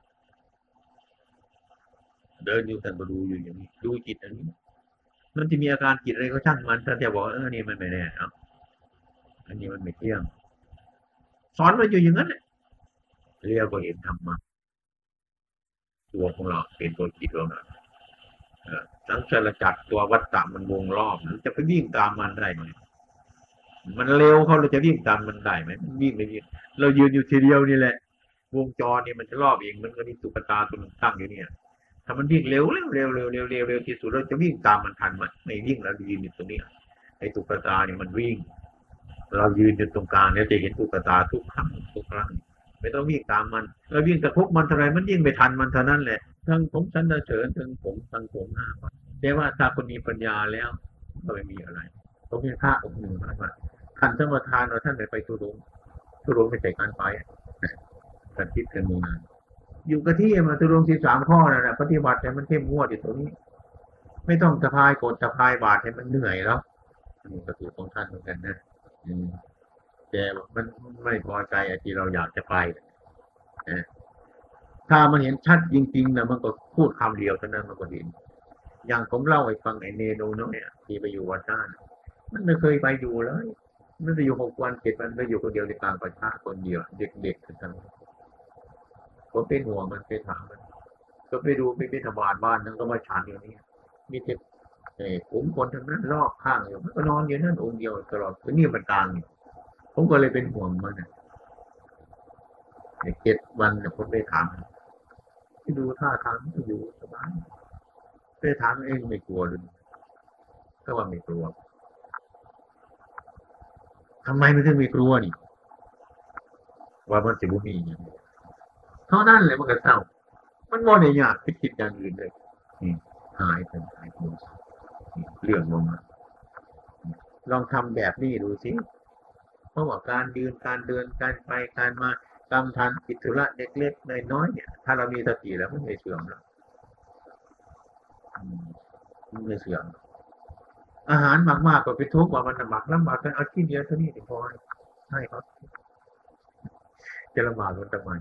เดินอยู่แต่มาดูอยู่อย่างนี้ดูจิตอันนี้มันจะมีอาการจิตอะไรก็ช่างมันถ้าจะบอกนี่มันไม่แน่เนาะอันนี้มันไม่เที่ยงสอนมาอยู่อย่างนั้นเรียกว่าเห็นธรรมะตัวของเราเป็นตัวจิตเรานะสังสารจักรตัววัฏฏะมันวงรอบมันจะไปวิ่งตามมันได้ไหมมันเร็วเขาเราจะวิ่งตามมันได้ไหมมันวิ่งไม่วิ่งเรายืนอยู่ทีเดียวนี่แหละวงจรนี่มันจะรอบเองมันก็มีตุ๊กตาตัวนึงตั้งอยู่เนี่ยถ้ามันวิ่งเร็วที่สุดเราจะวิ่งตามมันทันมันไม่วิ่งแล้วยืนอยู่ตรงนี้ไอ้ตุ๊กตาเนี่ยมันวิ่งเรายืนอยู่ตรงกลางเนี่ยจะเห็นตุ๊กตาทุกครั้งไม่ต้องวิ่งตามมันเราวิ่งตะคุบมันเท่าไรมันยิ่งไปทันมันเท่านั้นแหละทั้งผมสันเสริญทั้งผมห้าแต่ว่าถ้าคนมีปัญญาแล้วก็ไม่มีอะไรเขาเป็นพระองค์หนึ่งมาท่านสมทานว่าท่านไปทุรงไม่ใช่การไปท่านคิดกันมีนานอยู่กับที่มาทุรง13 ข้อนะปฏิบัติแต่มันเข้มงวดอยู่ตรงนี้ไม่ต้องสะพายกดสะพายบาทให้มันเหนื่อยแล้วนี่ก็คือของท่านเหมือนกันนะแต่มันไม่พอใจที่เราอยากจะไปถ้ามันเห็นชัดจริงๆนะมันก็พูดคำเดียวเท่านั้นมันก็เห็นอย่างผมเล่าให้ฟังไอ้เนโนเนี่ยที่ไปอยู่วัดน่านมันไม่เคยไปอยู่เลยมันไปอยู่6 วัน 7 วันไปอยู่คนเดียวในกลางประชาคนเดียวเด็กๆทั้งผมเป็นห่วงมันไปถามมันก็ไปดูไปบิณฑบาตบ้านนั้นก็มาฉันอย่างนี้มีแต่ผมคนทั้งนั้นรอบข้างอยู่มันก็นอนอยู่นั่นองค์เดียวตลอดนี่มันกลางผมก็เลยเป็นห่วงมัน7 วันผมไปถามที่ดูท่าทางมันอยู่สบายไปถามเองไม่กลัวเลยก็ว่าไม่กลัวทำไมมันถึงไม่กลัวนี่ว่ามันจะบ่มีอย่างนี้เท่านั้นแหละมันก็เศร้ามันบ่ได้ยากไปคิดอย่างอื่นเลยนี่หายไปเรื่องลงมาลองทำแบบนี้ดูสิเพราะว่าการยืนการเดินการไปการมากำทันกิจธุระเล็กๆน้อยๆเนี่ยถ้าเรามีสติแล้วมันไม่เสื่อมหรอกมันไม่เสื่อมอาหารมากๆก็เป็นทุกข์ว่ามันหมักลำบากกันเอาชิ้นเดียวเท่านี้พอให้เขาจะลำบากมันทำไม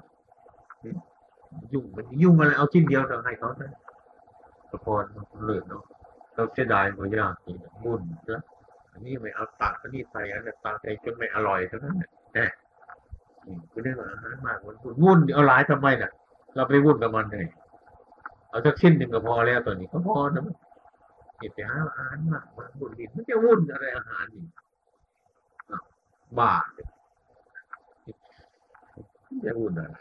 ยุ่งอะไรเอาชิ้นเดียวเราให้เขาได้ก็พอเลิศเนาะเราเสียดายมันยากจริงมุ่นแล้วอันนี้ไม่เอาตักอันนี้ใส่อันนั้นตักใจจนไม่อร่อยเท่านั้นเนี่ยคือเรื่องอาหารมากมันวุ่นเอาหลายทำไมน่ะเราไปวุ่นกับมันเลยเอาสักชิ้นหนึ่งก็พอแล้วตอนนี้ก็พอนะเห็นแต่อาหารมากมันวุ่นดินมันจะวุ่นอะไรอาหารนี่บ้าจะวุ่นอะไร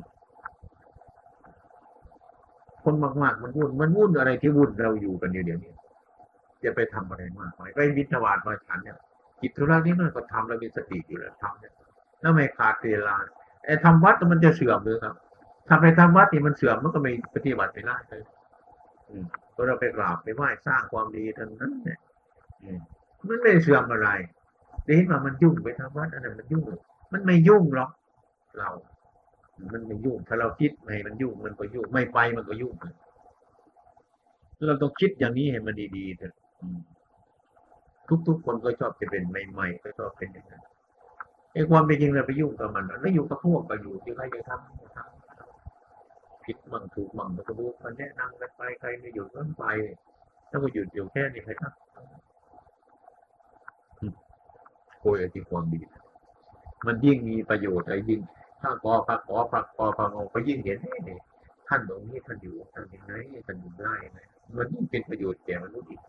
คนมากๆมันวุ่นอะไรที่วุ่นเราอยู่กันเดี๋ยวนี้จะไปทำอะไรมากไปบิณฑบาตมาฉันเนี่ยกิจธุระนี้มันก็ทำแล้วมีสติอยู่แล้วทำเนี่ยแล้วไม่ขาดเวลาไอ้ทำวัดมันจะเสื่อมเลยครับทำไปทำวัดนี่มันเสื่อมมันก็ไม่ปฏิบัติไปได้เลยก็เราไปกราบไปไหว้สร้างความดีทั้งนั้นเนี่ยมันไม่เสื่อมอะไรเห็นว่ามันยุ่งไปทำวัดอันนั้นมันยุ่งมันไม่ยุ่งหรอกเรามันไม่ยุ่งถ้าเราคิดไม่มันยุ่งมันก็ยุ่งไม่ไปมันก็ยุ่งเราต้องคิดอย่างนี้ให้มันดีๆเถอะทุกๆคนก็ชอบจะเป็นใหม่ๆก็ชอบเป็นอย่างนั้นไอ้ความเป็นจริงเราไปยุ่งกับมันแล้วอยู่กับพวกก็อยู่ที่ใครจะทำผิดมั่งถูกมั่งเราก็ดูมันแนะนำกันไปใครไม่อยู่ก็ไปถ้าก็หยุดอยู่แค่นี้ใครทำโอยอธิความดีมันยิ่งมีประโยชน์อะไรยิ่งถ้ากอพักงก็ยิ่งเห็นท่านตรงนี้ท่านอยู่ท่านยังไงท่านอยู่ได้ไหมมันยิ่งเป็นประโยชน์แก่มนุษย์อีก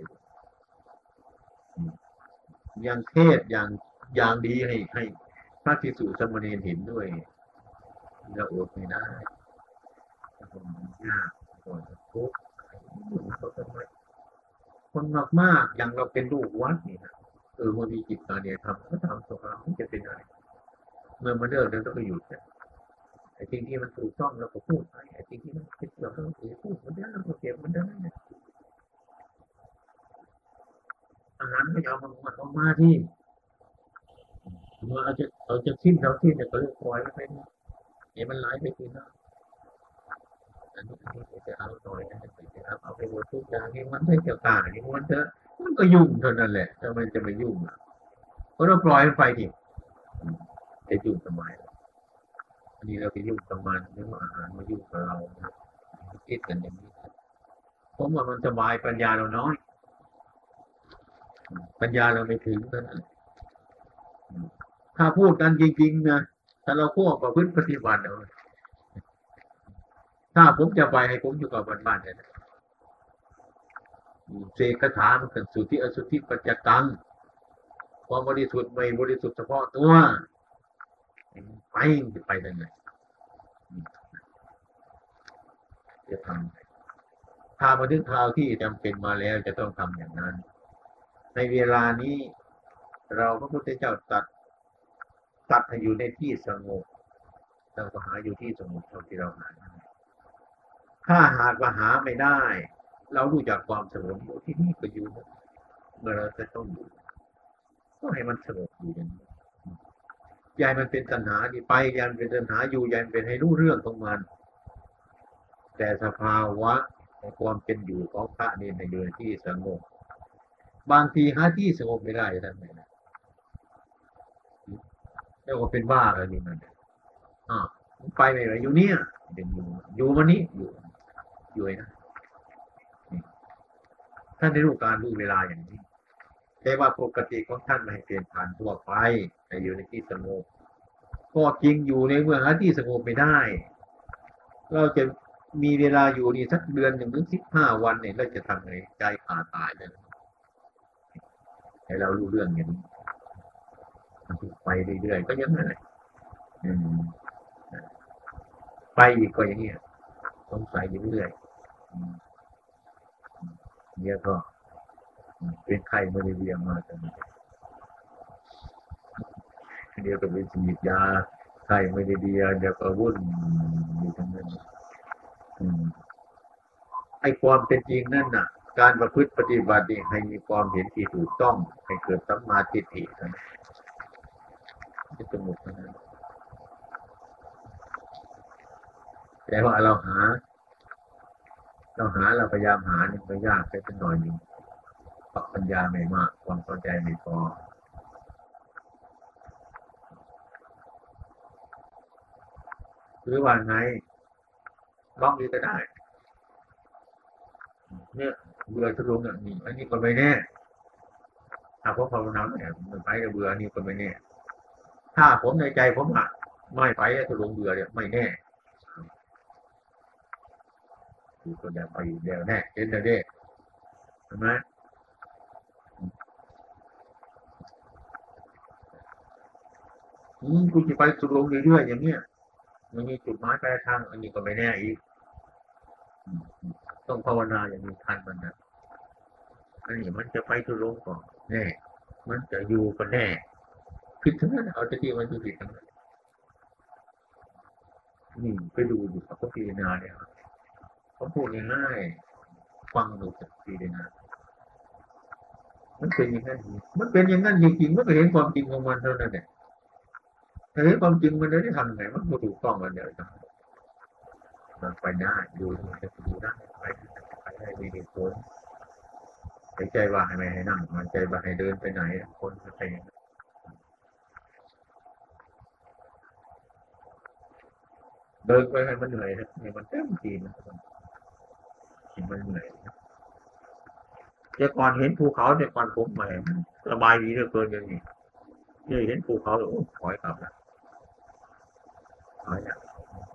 อย่างเทศอย่างดีให้พระภิกษุสามเณรเห็นด้วยเราอดไม่ได้ยากก่อนทุกคนมากๆอย่างเราเป็นลูกวัดนี่นะมันมีจิตตาเนี่ยทำก็ทำสงครามมันจะเป็นอะไรเมื่อมันเลิกแล้วก็หยุดไอ้สิ่งที่มันถูกต้องเราก็พูดไปไอ้สิ่งที่มันผิดเราก็พูดมันได้เราก็เก็บมันได้อาหารก็เอามันออกมาที่เมื่อเอาจะทิ้งเราที่เนี่ยก็เลยปล่อยไปเนี่ยมันไหลไปทีนะอันนี้จะเอาหน่อยนะจะเอาไปหมดทุกอย่างนี่มันไม่เกี่ยวกับนี่มันเถอะมันก็ยุ่งเท่านั้นแหละทำไมจะไม่ยุ่งเพราะเราปล่อยไปดิจะยุ่งทำไมอันนี้เราไปยุ่งกับมันเรื่องอาหารมายุ่งกับเราคิดกันอย่างนี้ผมว่ามันสบายปัญญาเราน้อยปัญญาเราไม่ถึงนั้นถ้าพูดกันจริงๆนะถ้าเราควบกับพื้นปฏิบัติถ้าผมจะไปให้ผมอยู่กับบ้านๆเนี่ยเสกคาถามันเป็นสุทธิอสุทธิปัจจตังความบริสุทธิ์ไม่บริสุทธิ์เฉพาะตัวไปจะไปได้ไงจะทำถ้ามาถึงคราวที่จำเป็นมาแล้วจะต้องทำอย่างนั้นในเวลานี้เราพระพุทธเจ้าตัดให้อยู่ในที่สงบเราก็หาอยู่ที่สงบเท่าที่เราหาถ้าหากว่าหาไม่ได้เรารู้จักความสงบอยู่ที่นี่ก็อยู่เมื่อเราจะต้องอยู่ก็ให้มันสงบอยู่อย่างนี้ยายมันเป็นตัณหาที่ไปยันเป็นตัณหาอยู่ยันเป็นให้รู้เรื่องของมันแต่สภาวะของความเป็นอยู่ของพระนี่ในอยู่ในที่สงบบางทีหาที่สงบไม่ได้ท่านนะเรียกว่าเป็นบ้าอะไรนี่มันไปไม่ไหวอยู่เนี่ยเป็นอยู่วันนี้อยู่นะท่านได้รู้การรู้เวลาอย่างนี้แต่ว่าปกติของท่านไม่ให้เปลี่ยนผ่านทั่วไปให้อยู่ในที่สงบก็จริงอยู่ในเมืองหาที่สงบไม่ได้เราจะมีเวลาอยู่นี่สักเดือน1 ถึง 15 วันเนี่ยเราจะทำไงใจขาดตายเลยให้เรารู้เรื่องอย่างนี้ไปเรื่อยๆก็ยังไงไปอีกก็อย่างนี้สงสัยอยู่เรื่อยเนี่ยก็เป็นไข้มาเรียมาจนเดียวก็ไปฉีดยาไข้ไม่ได้เดียวเดี๋ยวก็วุ่นอยู่ทั้งนั้นไอ้ความเป็นจริงนั่นน่ะการประพฤติปฏิบัติให้มีความเห็นที่ถูกต้องให้เกิดสัมมาทิฏฐินั้นจะสงบนั้นแต่ว่าเราพยายามหาเนี่ยก็ยากไปสักหน่อยหนึ่งเพราะปัญญาไม่มากความเข้าใจไม่พอหรือว่าไงบล็อกนี้ก็ได้เนี่ยเบื่อทุรงอย่างนี้อันนี้ก็ไม่แน่ถ้าผมภาวนาเนี่ยมันไปเบื่อนี่ก็ไม่แน่ถ้าผมในใจผมอ่ะไม่ไปทุรงเบื่อเนี่ยไม่แน่คือคนเดียวไปเดียวแน่เห็นเด้ใช่ไหมกูจะไปทุรงเรื่อยๆอย่างเนี้ยมันมีจุดหมายปลายทางอันนี้ก็ไม่แน่อีกต้องภาวนาอย่างมีทันมันนะอันนี้มันจะไปทุรงก่อนแน่มันจะอยู่ก็แน่ผิดทั้งนั้นเอาที่มันผิดทั้งนั้นนี่ไปดูอยู่กับพระพิจารณาเนี่ยเขาพูดง่ายๆฟังดูจากพิจารณามันเป็นอย่างนั้นมันเป็นอย่างนั้นจริงๆมันก็เห็นความจริงของมันเท่านั้นแหละแต่เห็นความจริงมันได้ทำไงมันก็ถูกต้องกันเดียวกันมันไปได้ดูมันจะดูได้ไปได้มีเหตุผลใจว่าให้ไม่ให้นั่งมันใจว่าให้เดินไปไหนคนจะไปเดินไปให้มันเหนื่อยนะมันเต็มทีนะมันเหนื่อยแต่ก่อนเห็นภูเขาแต่ก่อนผมใหม่สบายดีเหลือเกินอย่างนี้นี่เห็นภูเขาโอ้ถอยกลับนะถอยนะ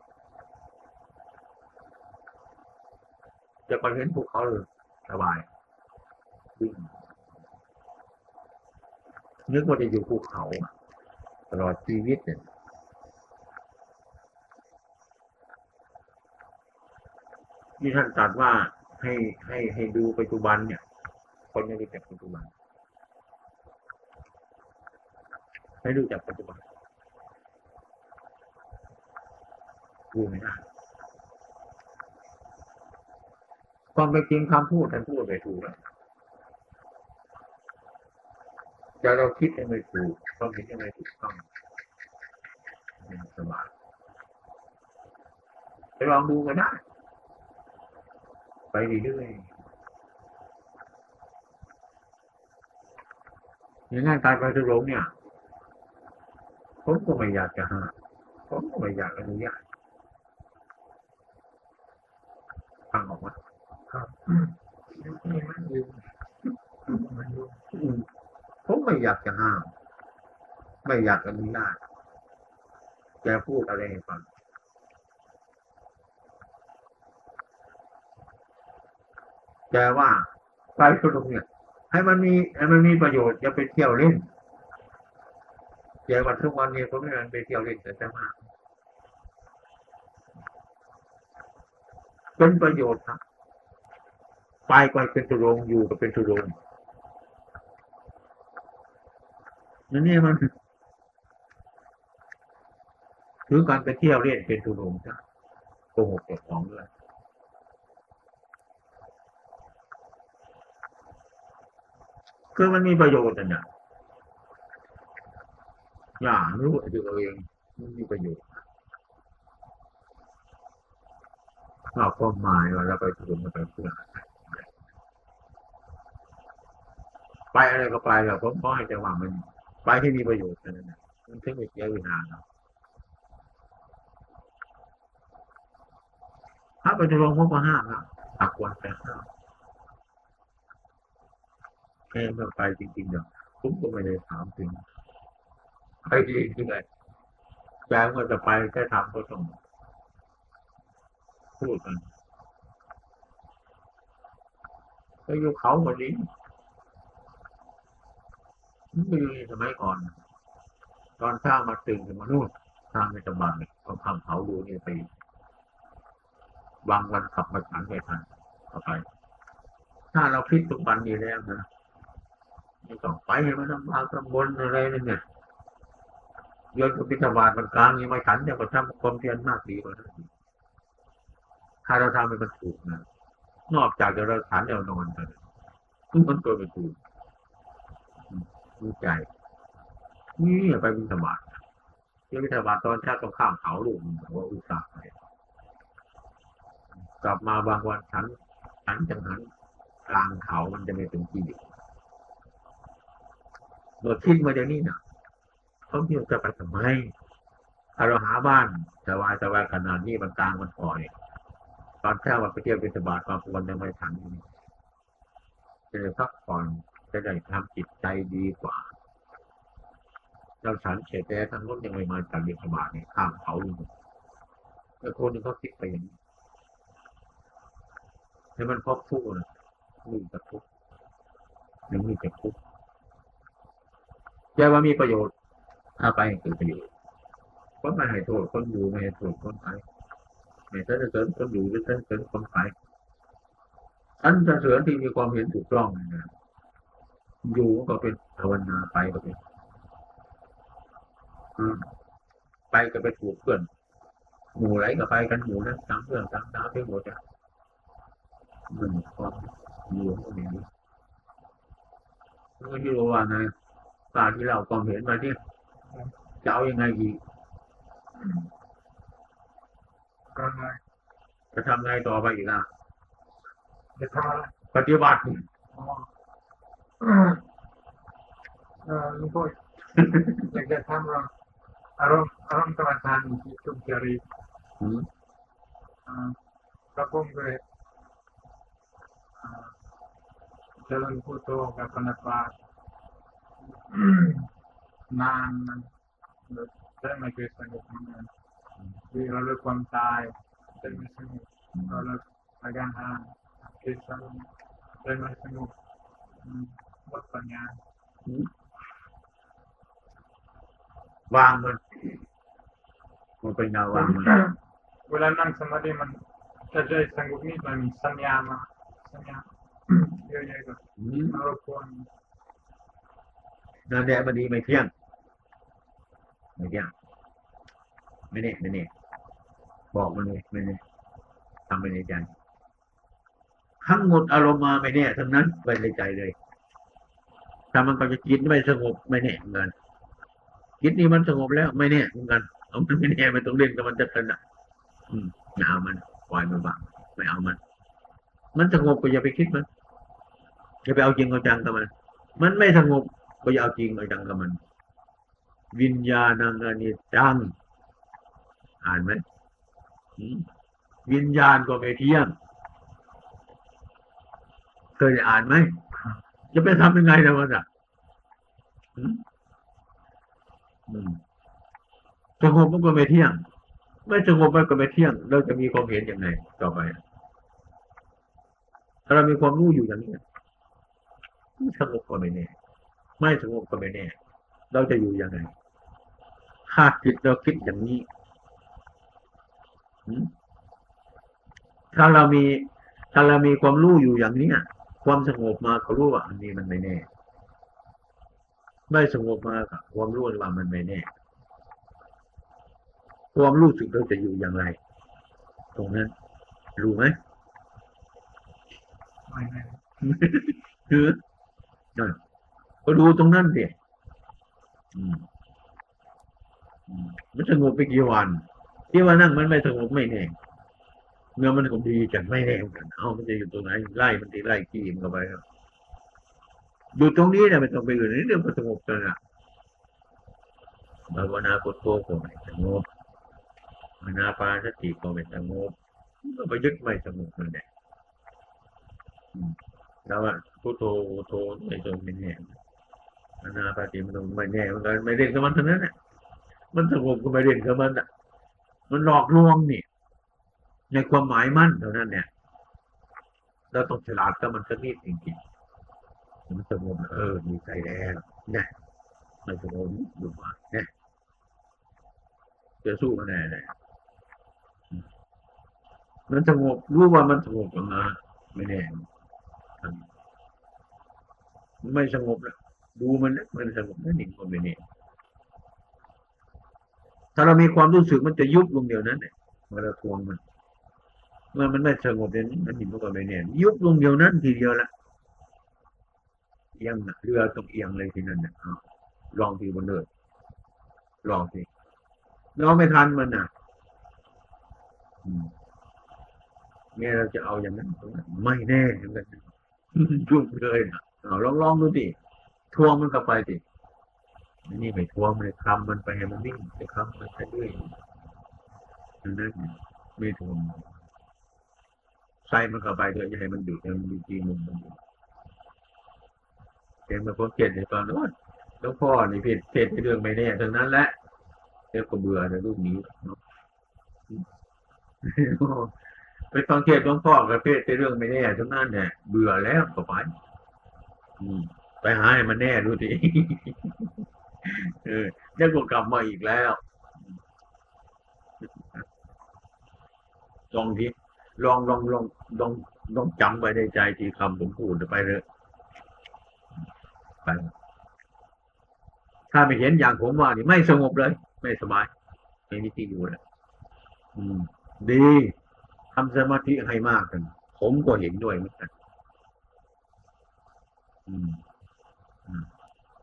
แต่ก่อนเห็นภูเขาเลยสบายนึกว่าจะอยู่ภูเขาตลอดชีวิตเนี่ยที่ท่านตรัสว่าให้ดูปัจจุบันเนี่ยคนไม่รู้จักปัจจุบันให้รู้จักปัจจุบันดูไม่ได้ความเป็นจริงคำพูดท่านพูดไปถูกแล้วจะเราคิดให้ไม่ถูกความคิดให้ไม่ถูกต้องสบายไปลองดูก็ได้ไปเรื่อยๆอย่างนั้นการไปทุรงเนี่ยผมก็ไม่อยากจะห้ามผมก็ไม่อยากอนุญาตฟังออกมาผมไม่อยากจะห้ามไม่อยากอนุญาตแกพูดอะไรให้ฟังแกว่าไปทุรงเนี่ยให้มันมีประโยชน์อย่าไปเที่ยวเล่นแกว่าทุกวันนี้ผมไม่ได้ไปเที่ยวเล่นแต่มากเป็นประโยชน์ครับไปก็เป็นทุรงอยู่ก็เป็นทุรงนี่มันถือการไปเที่ยวเล่นเป็นทุรงใช่โกหกเจ้าของด้วยคือมันมีประโยชน์เนี่ยอย่างรู้ตัวเองมันมีประโยชน์เราก็หมายว่าเราไปทุรงไปเพื่อไปอะไรก็ไปแล้วผมก็ให้แต่ว่ามันไปที่มีประโยชน์นั่นแหละมันถึงไม่เสียเวลาเราถ้าไปทุรงผมก็ห้ามแล้วตักวันแต่ห้ามแค่ไม่ไปจริงๆเดี๋ยวผมก็ไม่ได้ถามถึงไปดีที่ไหนแจ้งว่าจะไปแค่ทำก็ต้องพูดกันก็อยู่เขาคนนี้มันมีสมัยก่อนตอนเช้ามาตื่นมานู่นทางไม่สบายต้องทำเขาดูนี่ไปบางวันขับมาฉันไม่ทันเอาไปถ้าเราคิดทุกวันนี้แล้วนะไม่ต้องไปมันต้องมาตำบลอะไรเนี่ยโยนบิณฑบาตมันกลางยังไม่ฉันเนี่ยก็ทำความเพียรมากดีกว่านั้นถ้าเราทำให้มันถูกนะนอกจากจะเราฉันเรานอนกันมันตัวไม่ถูกรู้ใจนี่ไปบิณฑบาตบิณฑบาตตอนเช้าต้องข้ามเขาลูกว่าอุตส่าห์ไปกลับมาบางวันฉันจังหันกลางเขามันจะไม่เป็นที่อยู่โดดทิ้งมาเดี๋ยวนี้นะเขาเที่ยวจะไปทำไมถ้าเราหาบ้านสบายขนาดนี้มันกลางมันปล่อยตอนเช้าว่าไปเที่ยวบิณฑบาตตอนวันยังไม่ฉันจะได้พักผ่อนจะได้ทำจิตใจดีกว่าเราฉันเฉยแต่ทั้งนู้นยังไม่มาจากบิณฑบาตเนี่ยข้ามเขาอยู่แล้วคนนึงเขาคิดไปอย่างนี้ให้มันพบทุกข์นะมีแต่ทุกข์ยังมีแต่ทุกข์แต่ว่ามีประโยชน์ถ้าไปคือประโยชน์ก็ไม่ให้โทษคนอยู่ไม่ให้โทษคนไปไม่ใช่จะเสริญคนอยู่หรือเสริญคนไปอันจะเสริญที่มีความเห็นถูกต้องนะอยู่ก็เป็นภาวนาไปก็เป็นไปก็ไปถูกเพื่อนหมู่ไหนก็ไปกันหมู่นั้นตามเพื่อนตามดาวไปหมดอ่ะมันความอยู่ก็อย่างนี้ก็ที่รู้ว่าไงป่าที่เราความเห็นมาเนี่ยจะเอายังไงอีกจะทำไงต่อไปอีกอ่ะจะทำอะไรปฏิบัติลุงพ่ออยากจะทำอารมณ์กรรมฐานที่ทุกจริตกระผมเลยเจริญพุทโธกับปฏิบัตินานได้ไม่เคยสงบเหมือนกันที่เราเลิกความตายได้ไม่สงบเราเลิกอาการทางคิดสงบได้ไม่สงบหมดปัญญาวางมันเป็นแนววางมันเวลานั่งสมาธิมันจะได้สงบนิดมันมีสัญญามาสัญญาเยอะๆก็เราควรนั่นแหละมันดีไม่เที่ยงไม่เที่ยงไม่เนี่ยบอกมันเลยไม่เนี่ยทำไปในใจทั้งหมดอารมณ์มาไม่เนี่ยทั้งนั้นไปในใจเลยถ้ามันก็จะจิตไม่สงบไม่แน่เหมือนกันจิตนี้มันสงบแล้วไม่แน่เหมือนกันเอามันไม่แน่ไม่ต้องเล่นกับมันจะเป็นอ่ะอย่าเอามันปล่อยมันบ้างไม่เอามันสงบก็อย่าไปคิดมันอย่าไปเอาจริงเอาจังกับมันไม่สงบก็อย่าเอาจริงเอาจังกับมันวิญญาณังอนิจจังอ่านไหมวิญญาณก็ไม่เที่ยงเคยอ่านไหมจะไปทำยังไงนะมันอ่ะสงบมันก็ไม่เที่ยงไม่สงบมันก็ไม่เที่ยงเราจะมีความเห็นยังไงต่อไปถ้าเรามีความรู้อยู่อย่างนี้สงบก็ไม่แน่ไม่สงบก็ไม่แน่เราจะอยู่ยังไงถ้าจิตเราคิดอย่างนี้ถ้าเรามีความรู้อยู่อย่างนี้ความสงบมาเขารู้ว่าอันนี้มันไม่แน่ไม่สงบมาความรู้ว่ามันไม่แน่ความรู้สึกเราจะอยู่อย่างไรตรงนั้นรู้ไหมคือก็ดูตรงนั้นสิมันสงบไปกี่วันที่ว่านั่งมันไม่สงบไม่แน่เมื่อมันคงดีจังไม่แน่กันเอามันจะอยู่ตรงไหนไล่มันตีไล่ขี้มันเข้าไปอยู่ตรงนี้เนี่ยไม่ต้องไปอื่นนี่เรื่องสงบกันอ่ะภาวนาพุทโธก็ไม่สงบอานาปานสติก็ไม่สงบก็ไปยึดไม่สงบนั่นแหละแล้วพุทโธพุทโธไม่ตรงไม่แน่อานาปานสติมันไม่แน่มันก็ไม่เล่นกับมันเท่านั้นแหละมันสงบก็ไม่เล่นกับมันอ่ะมันหลอกลวงนี่ในความหมายมั่นเท่านั้นเนี่ยเราต้องฉลาดกับมันสักนิดจริงๆมันสงบมีใจแล้วเนี่ยไม่สงบดูมาเนี่ยจะสู้มันแน่เลยมันสงบรู้ว่ามันสงบออกมาไม่แน่ไม่สงบแล้วดูมันสงบนั่นเองก็ไม่แน่ถ้าเรามีความรู้สึกมันจะยุบลงเดียวนั้นเนี่ยเวลาทวงมันเมื่อมันไม่สงบเดี๋ยวนี้มันหินมันก็ไม่แน่นยุบลงเดียวนั้นทีเดียวละเอียงนะเรือต้องเอียงเลยทีนั้นเนี่ยเอาลองทีบนเรือลองทีเราไม่ทันมันน่ะอืมเนี่ยเราจะเอาอย่างนั้นตรงนั้นไม่แน่เหมือนกันยุบเลยนะเอาลองดูดิทวงมันเข้าไปดินี่ไม่ทวงมันคำมันไปให้มันนิ่งไปคำมันไปเรื่อยอย่างนั้นไม่ทวงใส่มันเข้าไปเลยอย่าให้มันดุให้มันมีจีมุมมันอยู่เห็นมันพอเก็ตในตอนนั้นหลวงพ่อนี่เพศเรื่องไม่แน่ทั้งนั้นแหละเดี๋ยวก็เบื่อในรูปนี้เนาะไปฟังเทศน์หลวงพ่อกับเพศเรื่องไม่แน่ทั้งนั้นเนี่ยเบื่อแล้วก็ไปอืมไปหาให้มันแน่ดูสิเดี๋ยวก็กลับมาอีกแล้วลองทีลองจำไปในใจที่คำผมพูดไปเลยไปถ้าไม่เห็นอย่างผมว่านี่ไม่สงบเลยไม่สบายไม่มีที่อยู่เลยอืมดีทำสมาธิให้มากกันผมก็เห็นด้วยเหมือนกันอืมอืม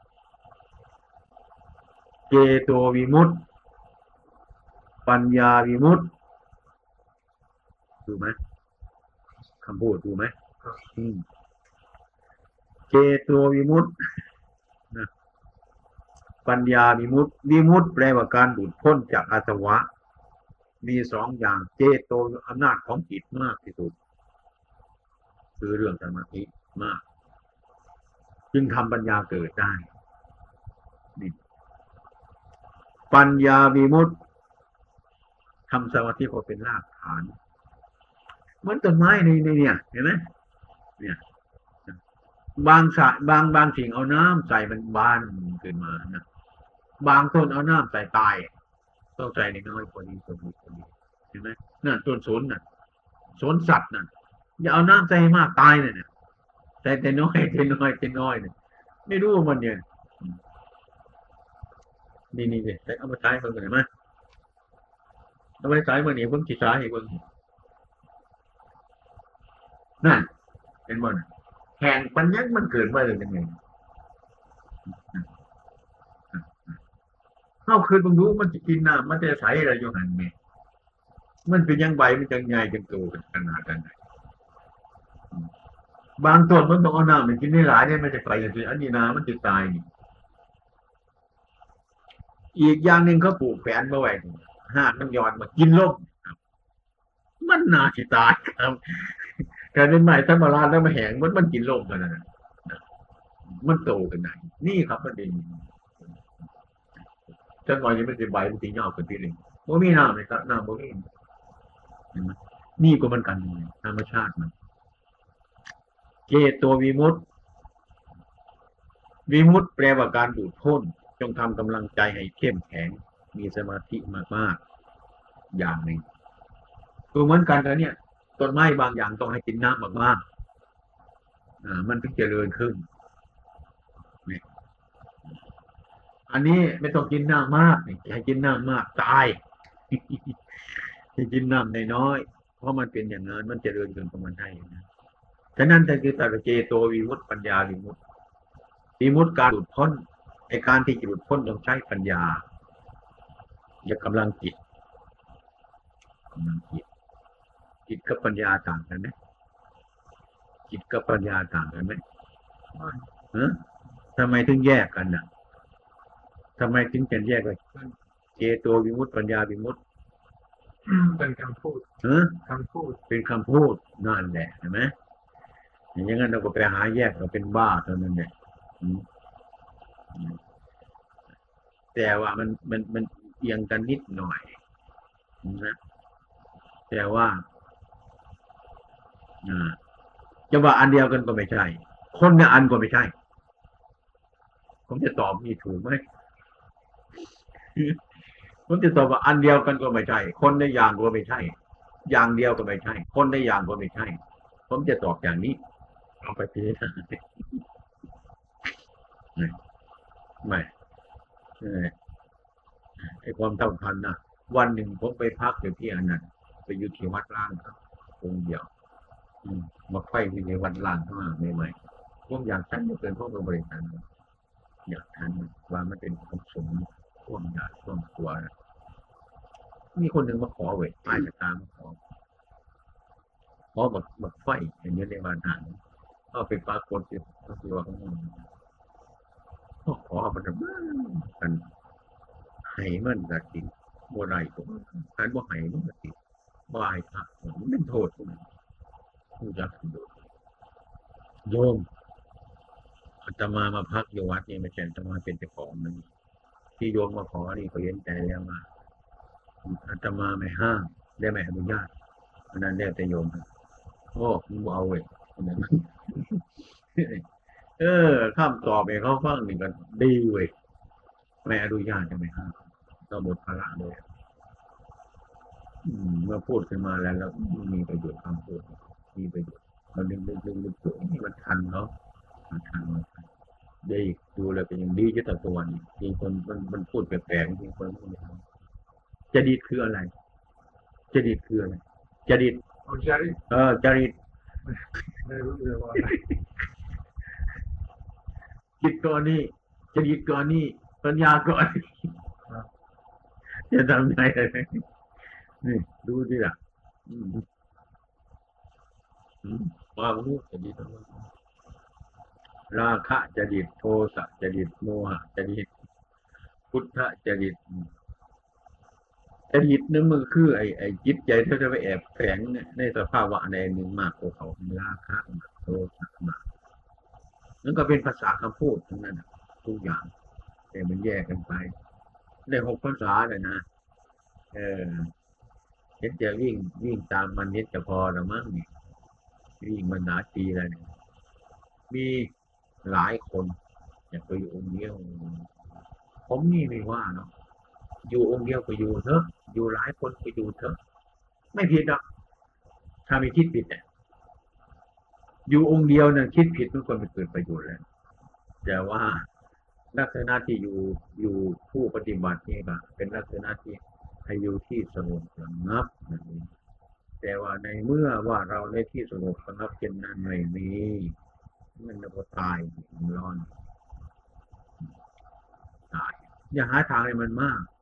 เจโตวิมุตติปัญญาวิมุตติถูกไหมคำพูดถูกไหมอืมเจโตวิมุตตินะปัญญาวิมุตติวิมุตติแปลว่าการหลุดพ้นจากอาสวะมีสองอย่างเจโตอำนาจของจิตมากที่สุดคือเรื่องสมาธิมากจึงทำปัญญาเกิดได้นี่ปัญญาวิมุตติทำสมาธิพอเป็นรากฐานเหมือนต้นไม้ในเนี่ยเห็นไหมเนี่ยบางสิ่งเอาน้ำใส่มันบานขึ้นมานะบางต้นเอาน้ำใส่ตายต้องใส่ในน้อยกว่านี้เห็นไหมนั่นต้นสนน่ะสนสัตว์น่ะอย่าเอาน้ำใส่มากตายเนี่ยใส่แต่น้อยเนี่ยไม่รู้ว่ามันเนี่ยนี่ใส่เอามาใช้เพิ่งกันไหมเอาไปใช้เมื่อนี้เพิ่งกี่ใช้เพิ่งนั่นเป็นบ่นแห่งปัญญามันเกิดมาเลยยังไงเข้าคืนบางรู้มันจะกินน้ำมันจะใส่อะไรอยู่หันไหมมันเป็นยังใบมันจังใหญ่จังโตกันขนาดนั้นบางต้นมันต้องเอาน้ำมันกินได้หลายเนี่ยมันจะไปอย่างที่อันนี้นามันจะตายนี่อีกอย่างหนึ่งเขาปลูกแฝนมาไว้หากมันย้อนมากินล่มมันน่าจะตายครับการเป็นใหม่ธรรมราชแล้วมาแหงมันกินล่มกันนะมันโตกันไหนนี่ครับมันเป็นจังหวะนี้มันจะใบมันตีเงากันทีหนึ่งโมมีน้ำเลยครับน้ำโมมีนี่ก็มันกันธรรมชาติมันเจโตวิมุตติวิมุตติแปลว่าการดูดพ้นจงทำกำลังใจให้เข้มแข็งมีสมาธิมากๆอย่างหนึ่งคือเหมือนกันนะเนี่ยต้นไม้บางอย่างต้องให้กินน้ำมากๆมันถึงจะเจริญขึ้นอันนี้ไม่ต้องกินน้ำมากให้กินน้ำมากตายให้กินน้ำน้อยเพราะมันเป็นอย่างนั้นมันจเจริญจนของมันได้นะฉะนั้นแต่คือตัดเจโตวิมุตติปัญญาวิมุตติวิมุตติการหลุดพ้นในการที่จะหลุดพ้นต้องใช้ปัญญาอย่ากำลังจิตจิตกับปัญญาต่างกันไหมจิตกับปัญญาต่างกันไหมทำไมถึงแยกกันน่ะทำไมถึงจะแยกเลยเจโตวิมุตติปัญญาวิมุตติเป็นคำพูดคำพูดเป็นคำพูดนั่นแหละเห็นไหมอย่างนั้นเราก็ไปหาแยกเราเป็นบ้าเท่านั้นแหละแต่ว่ามันเอียงกันนิดหน่อยนะแต่ว่าจะว่าอันเดียวกันก็ไม่ใช่คนเนี่ยอันก็ไม่ใช่ผมจะตอบมีถูกไหมผมจะตอบว่าอันเดียวกันก็ไม่ใช่คนในอย่างก็ไม่ใช่อย่างเดียวก็ไม่ใช่คนในอย่างก็ไม่ใช่ผมจะตอบอย่างนี้เอาไปพิจารณาไม่ไอ้ความสำคัญนะวันหนึ่งผมไปพักอยู่ที่อันนั้นไปอยู่ที่วัดล่างครับองค์เดียวมาไฟที่ในวัดล่างข้างล่างใหม่ๆผมอยากฉันจะเป็นพวกบริการอยากฉันว่ามันเป็นของสมท่วมยาท่วมตัวนะมีคนหนึ่งมาขอเว้ยป้ายจะตามมาขอแบบไฟอย่างนี้ในบ้านหางก็ไปปรากฏอยู่ก็คือว่าเขาขอมันกันให้มันกะติบ่ได้ตัวการบ่ให้มันกะติบ่ายพระมันเป็นโทษผู้จักโยมอาตมาพักอยู่วัดนี่ไม่ใช่อาตมาเป็นเจ้าของมันที่โยมมาขอนี่เขาเห็นใจแล้วว่าอาตมาไม่ห้ามได้ไม่อนุญาตอันนั้นแล้วแต่โยมโอ้มึงเอาเว้ยข้ามตอบไปเขาฟังนี่ก็ดีเว้ยไม่อนุญาตจะไม่ห้ามก็หมดภาระเลยเมื่อพูดขึ้นมาแล้วมีประโยชน์คำพูดมีประโยชน์มันลึกตัวนี่มันทันเนาะมันทันดีดูเลยเป็นอย่างดีจะต่อตัวนี่จริงคนมันพูดแปลกๆจริงคนไม่ทำจดิตคืออะไรจดิตคืออะไรจดิตจริตไม่รู้เรื่องว่าอะไรจิตก่อนนี่จดิตก่อนนี่ปัญญาก่อนจะทำไงนี่ดูดิล่ะความรู้จดิตราคะจดิตโทสะจดิตโมหะจดิตพุทธจดิตจดิตนั่นมันคือไอ้จิตใจที่จะไปแอบแฝงในสภาวะใดหนึ่งมากกว่าเขาราคะโทสะมากนั่นก็เป็นภาษาคำพูดทั้งนั้นทุกอย่างแต่มันแยกกันไปได้6 ภาษาเลยนะเห็นจะวิ่งตามมันเห็นจะพอหรือมั้งนี่วิ่งมันหลายปีแล้วเนี่ยมีหลายคนอยากไปอยู่องค์เดียวผมนี่ไม่ว่าเนาะอยู่องค์เดียวก็อยู่เถอะอยู่หลายคนก็อยู่เถอะไม่ผิดหรอกถ้าไม่คิดผิดเนี่ยอยู่องค์เดียวเนี่ยคิดผิดทุกคนไปเกิดประโยชน์แล้วแต่ว่าลักษณะที่อยู่ผู้ปฏิบัตินี่ก็เป็นลักษณะที่ให้อยู่ที่สงบระงับนั่นเองแต่ว่าในเมื่อว่าเราในที่สงบระงับเช่นนั้นไม่มีมันก็ตายร้อนตายอย่าหาทางให้มันมาก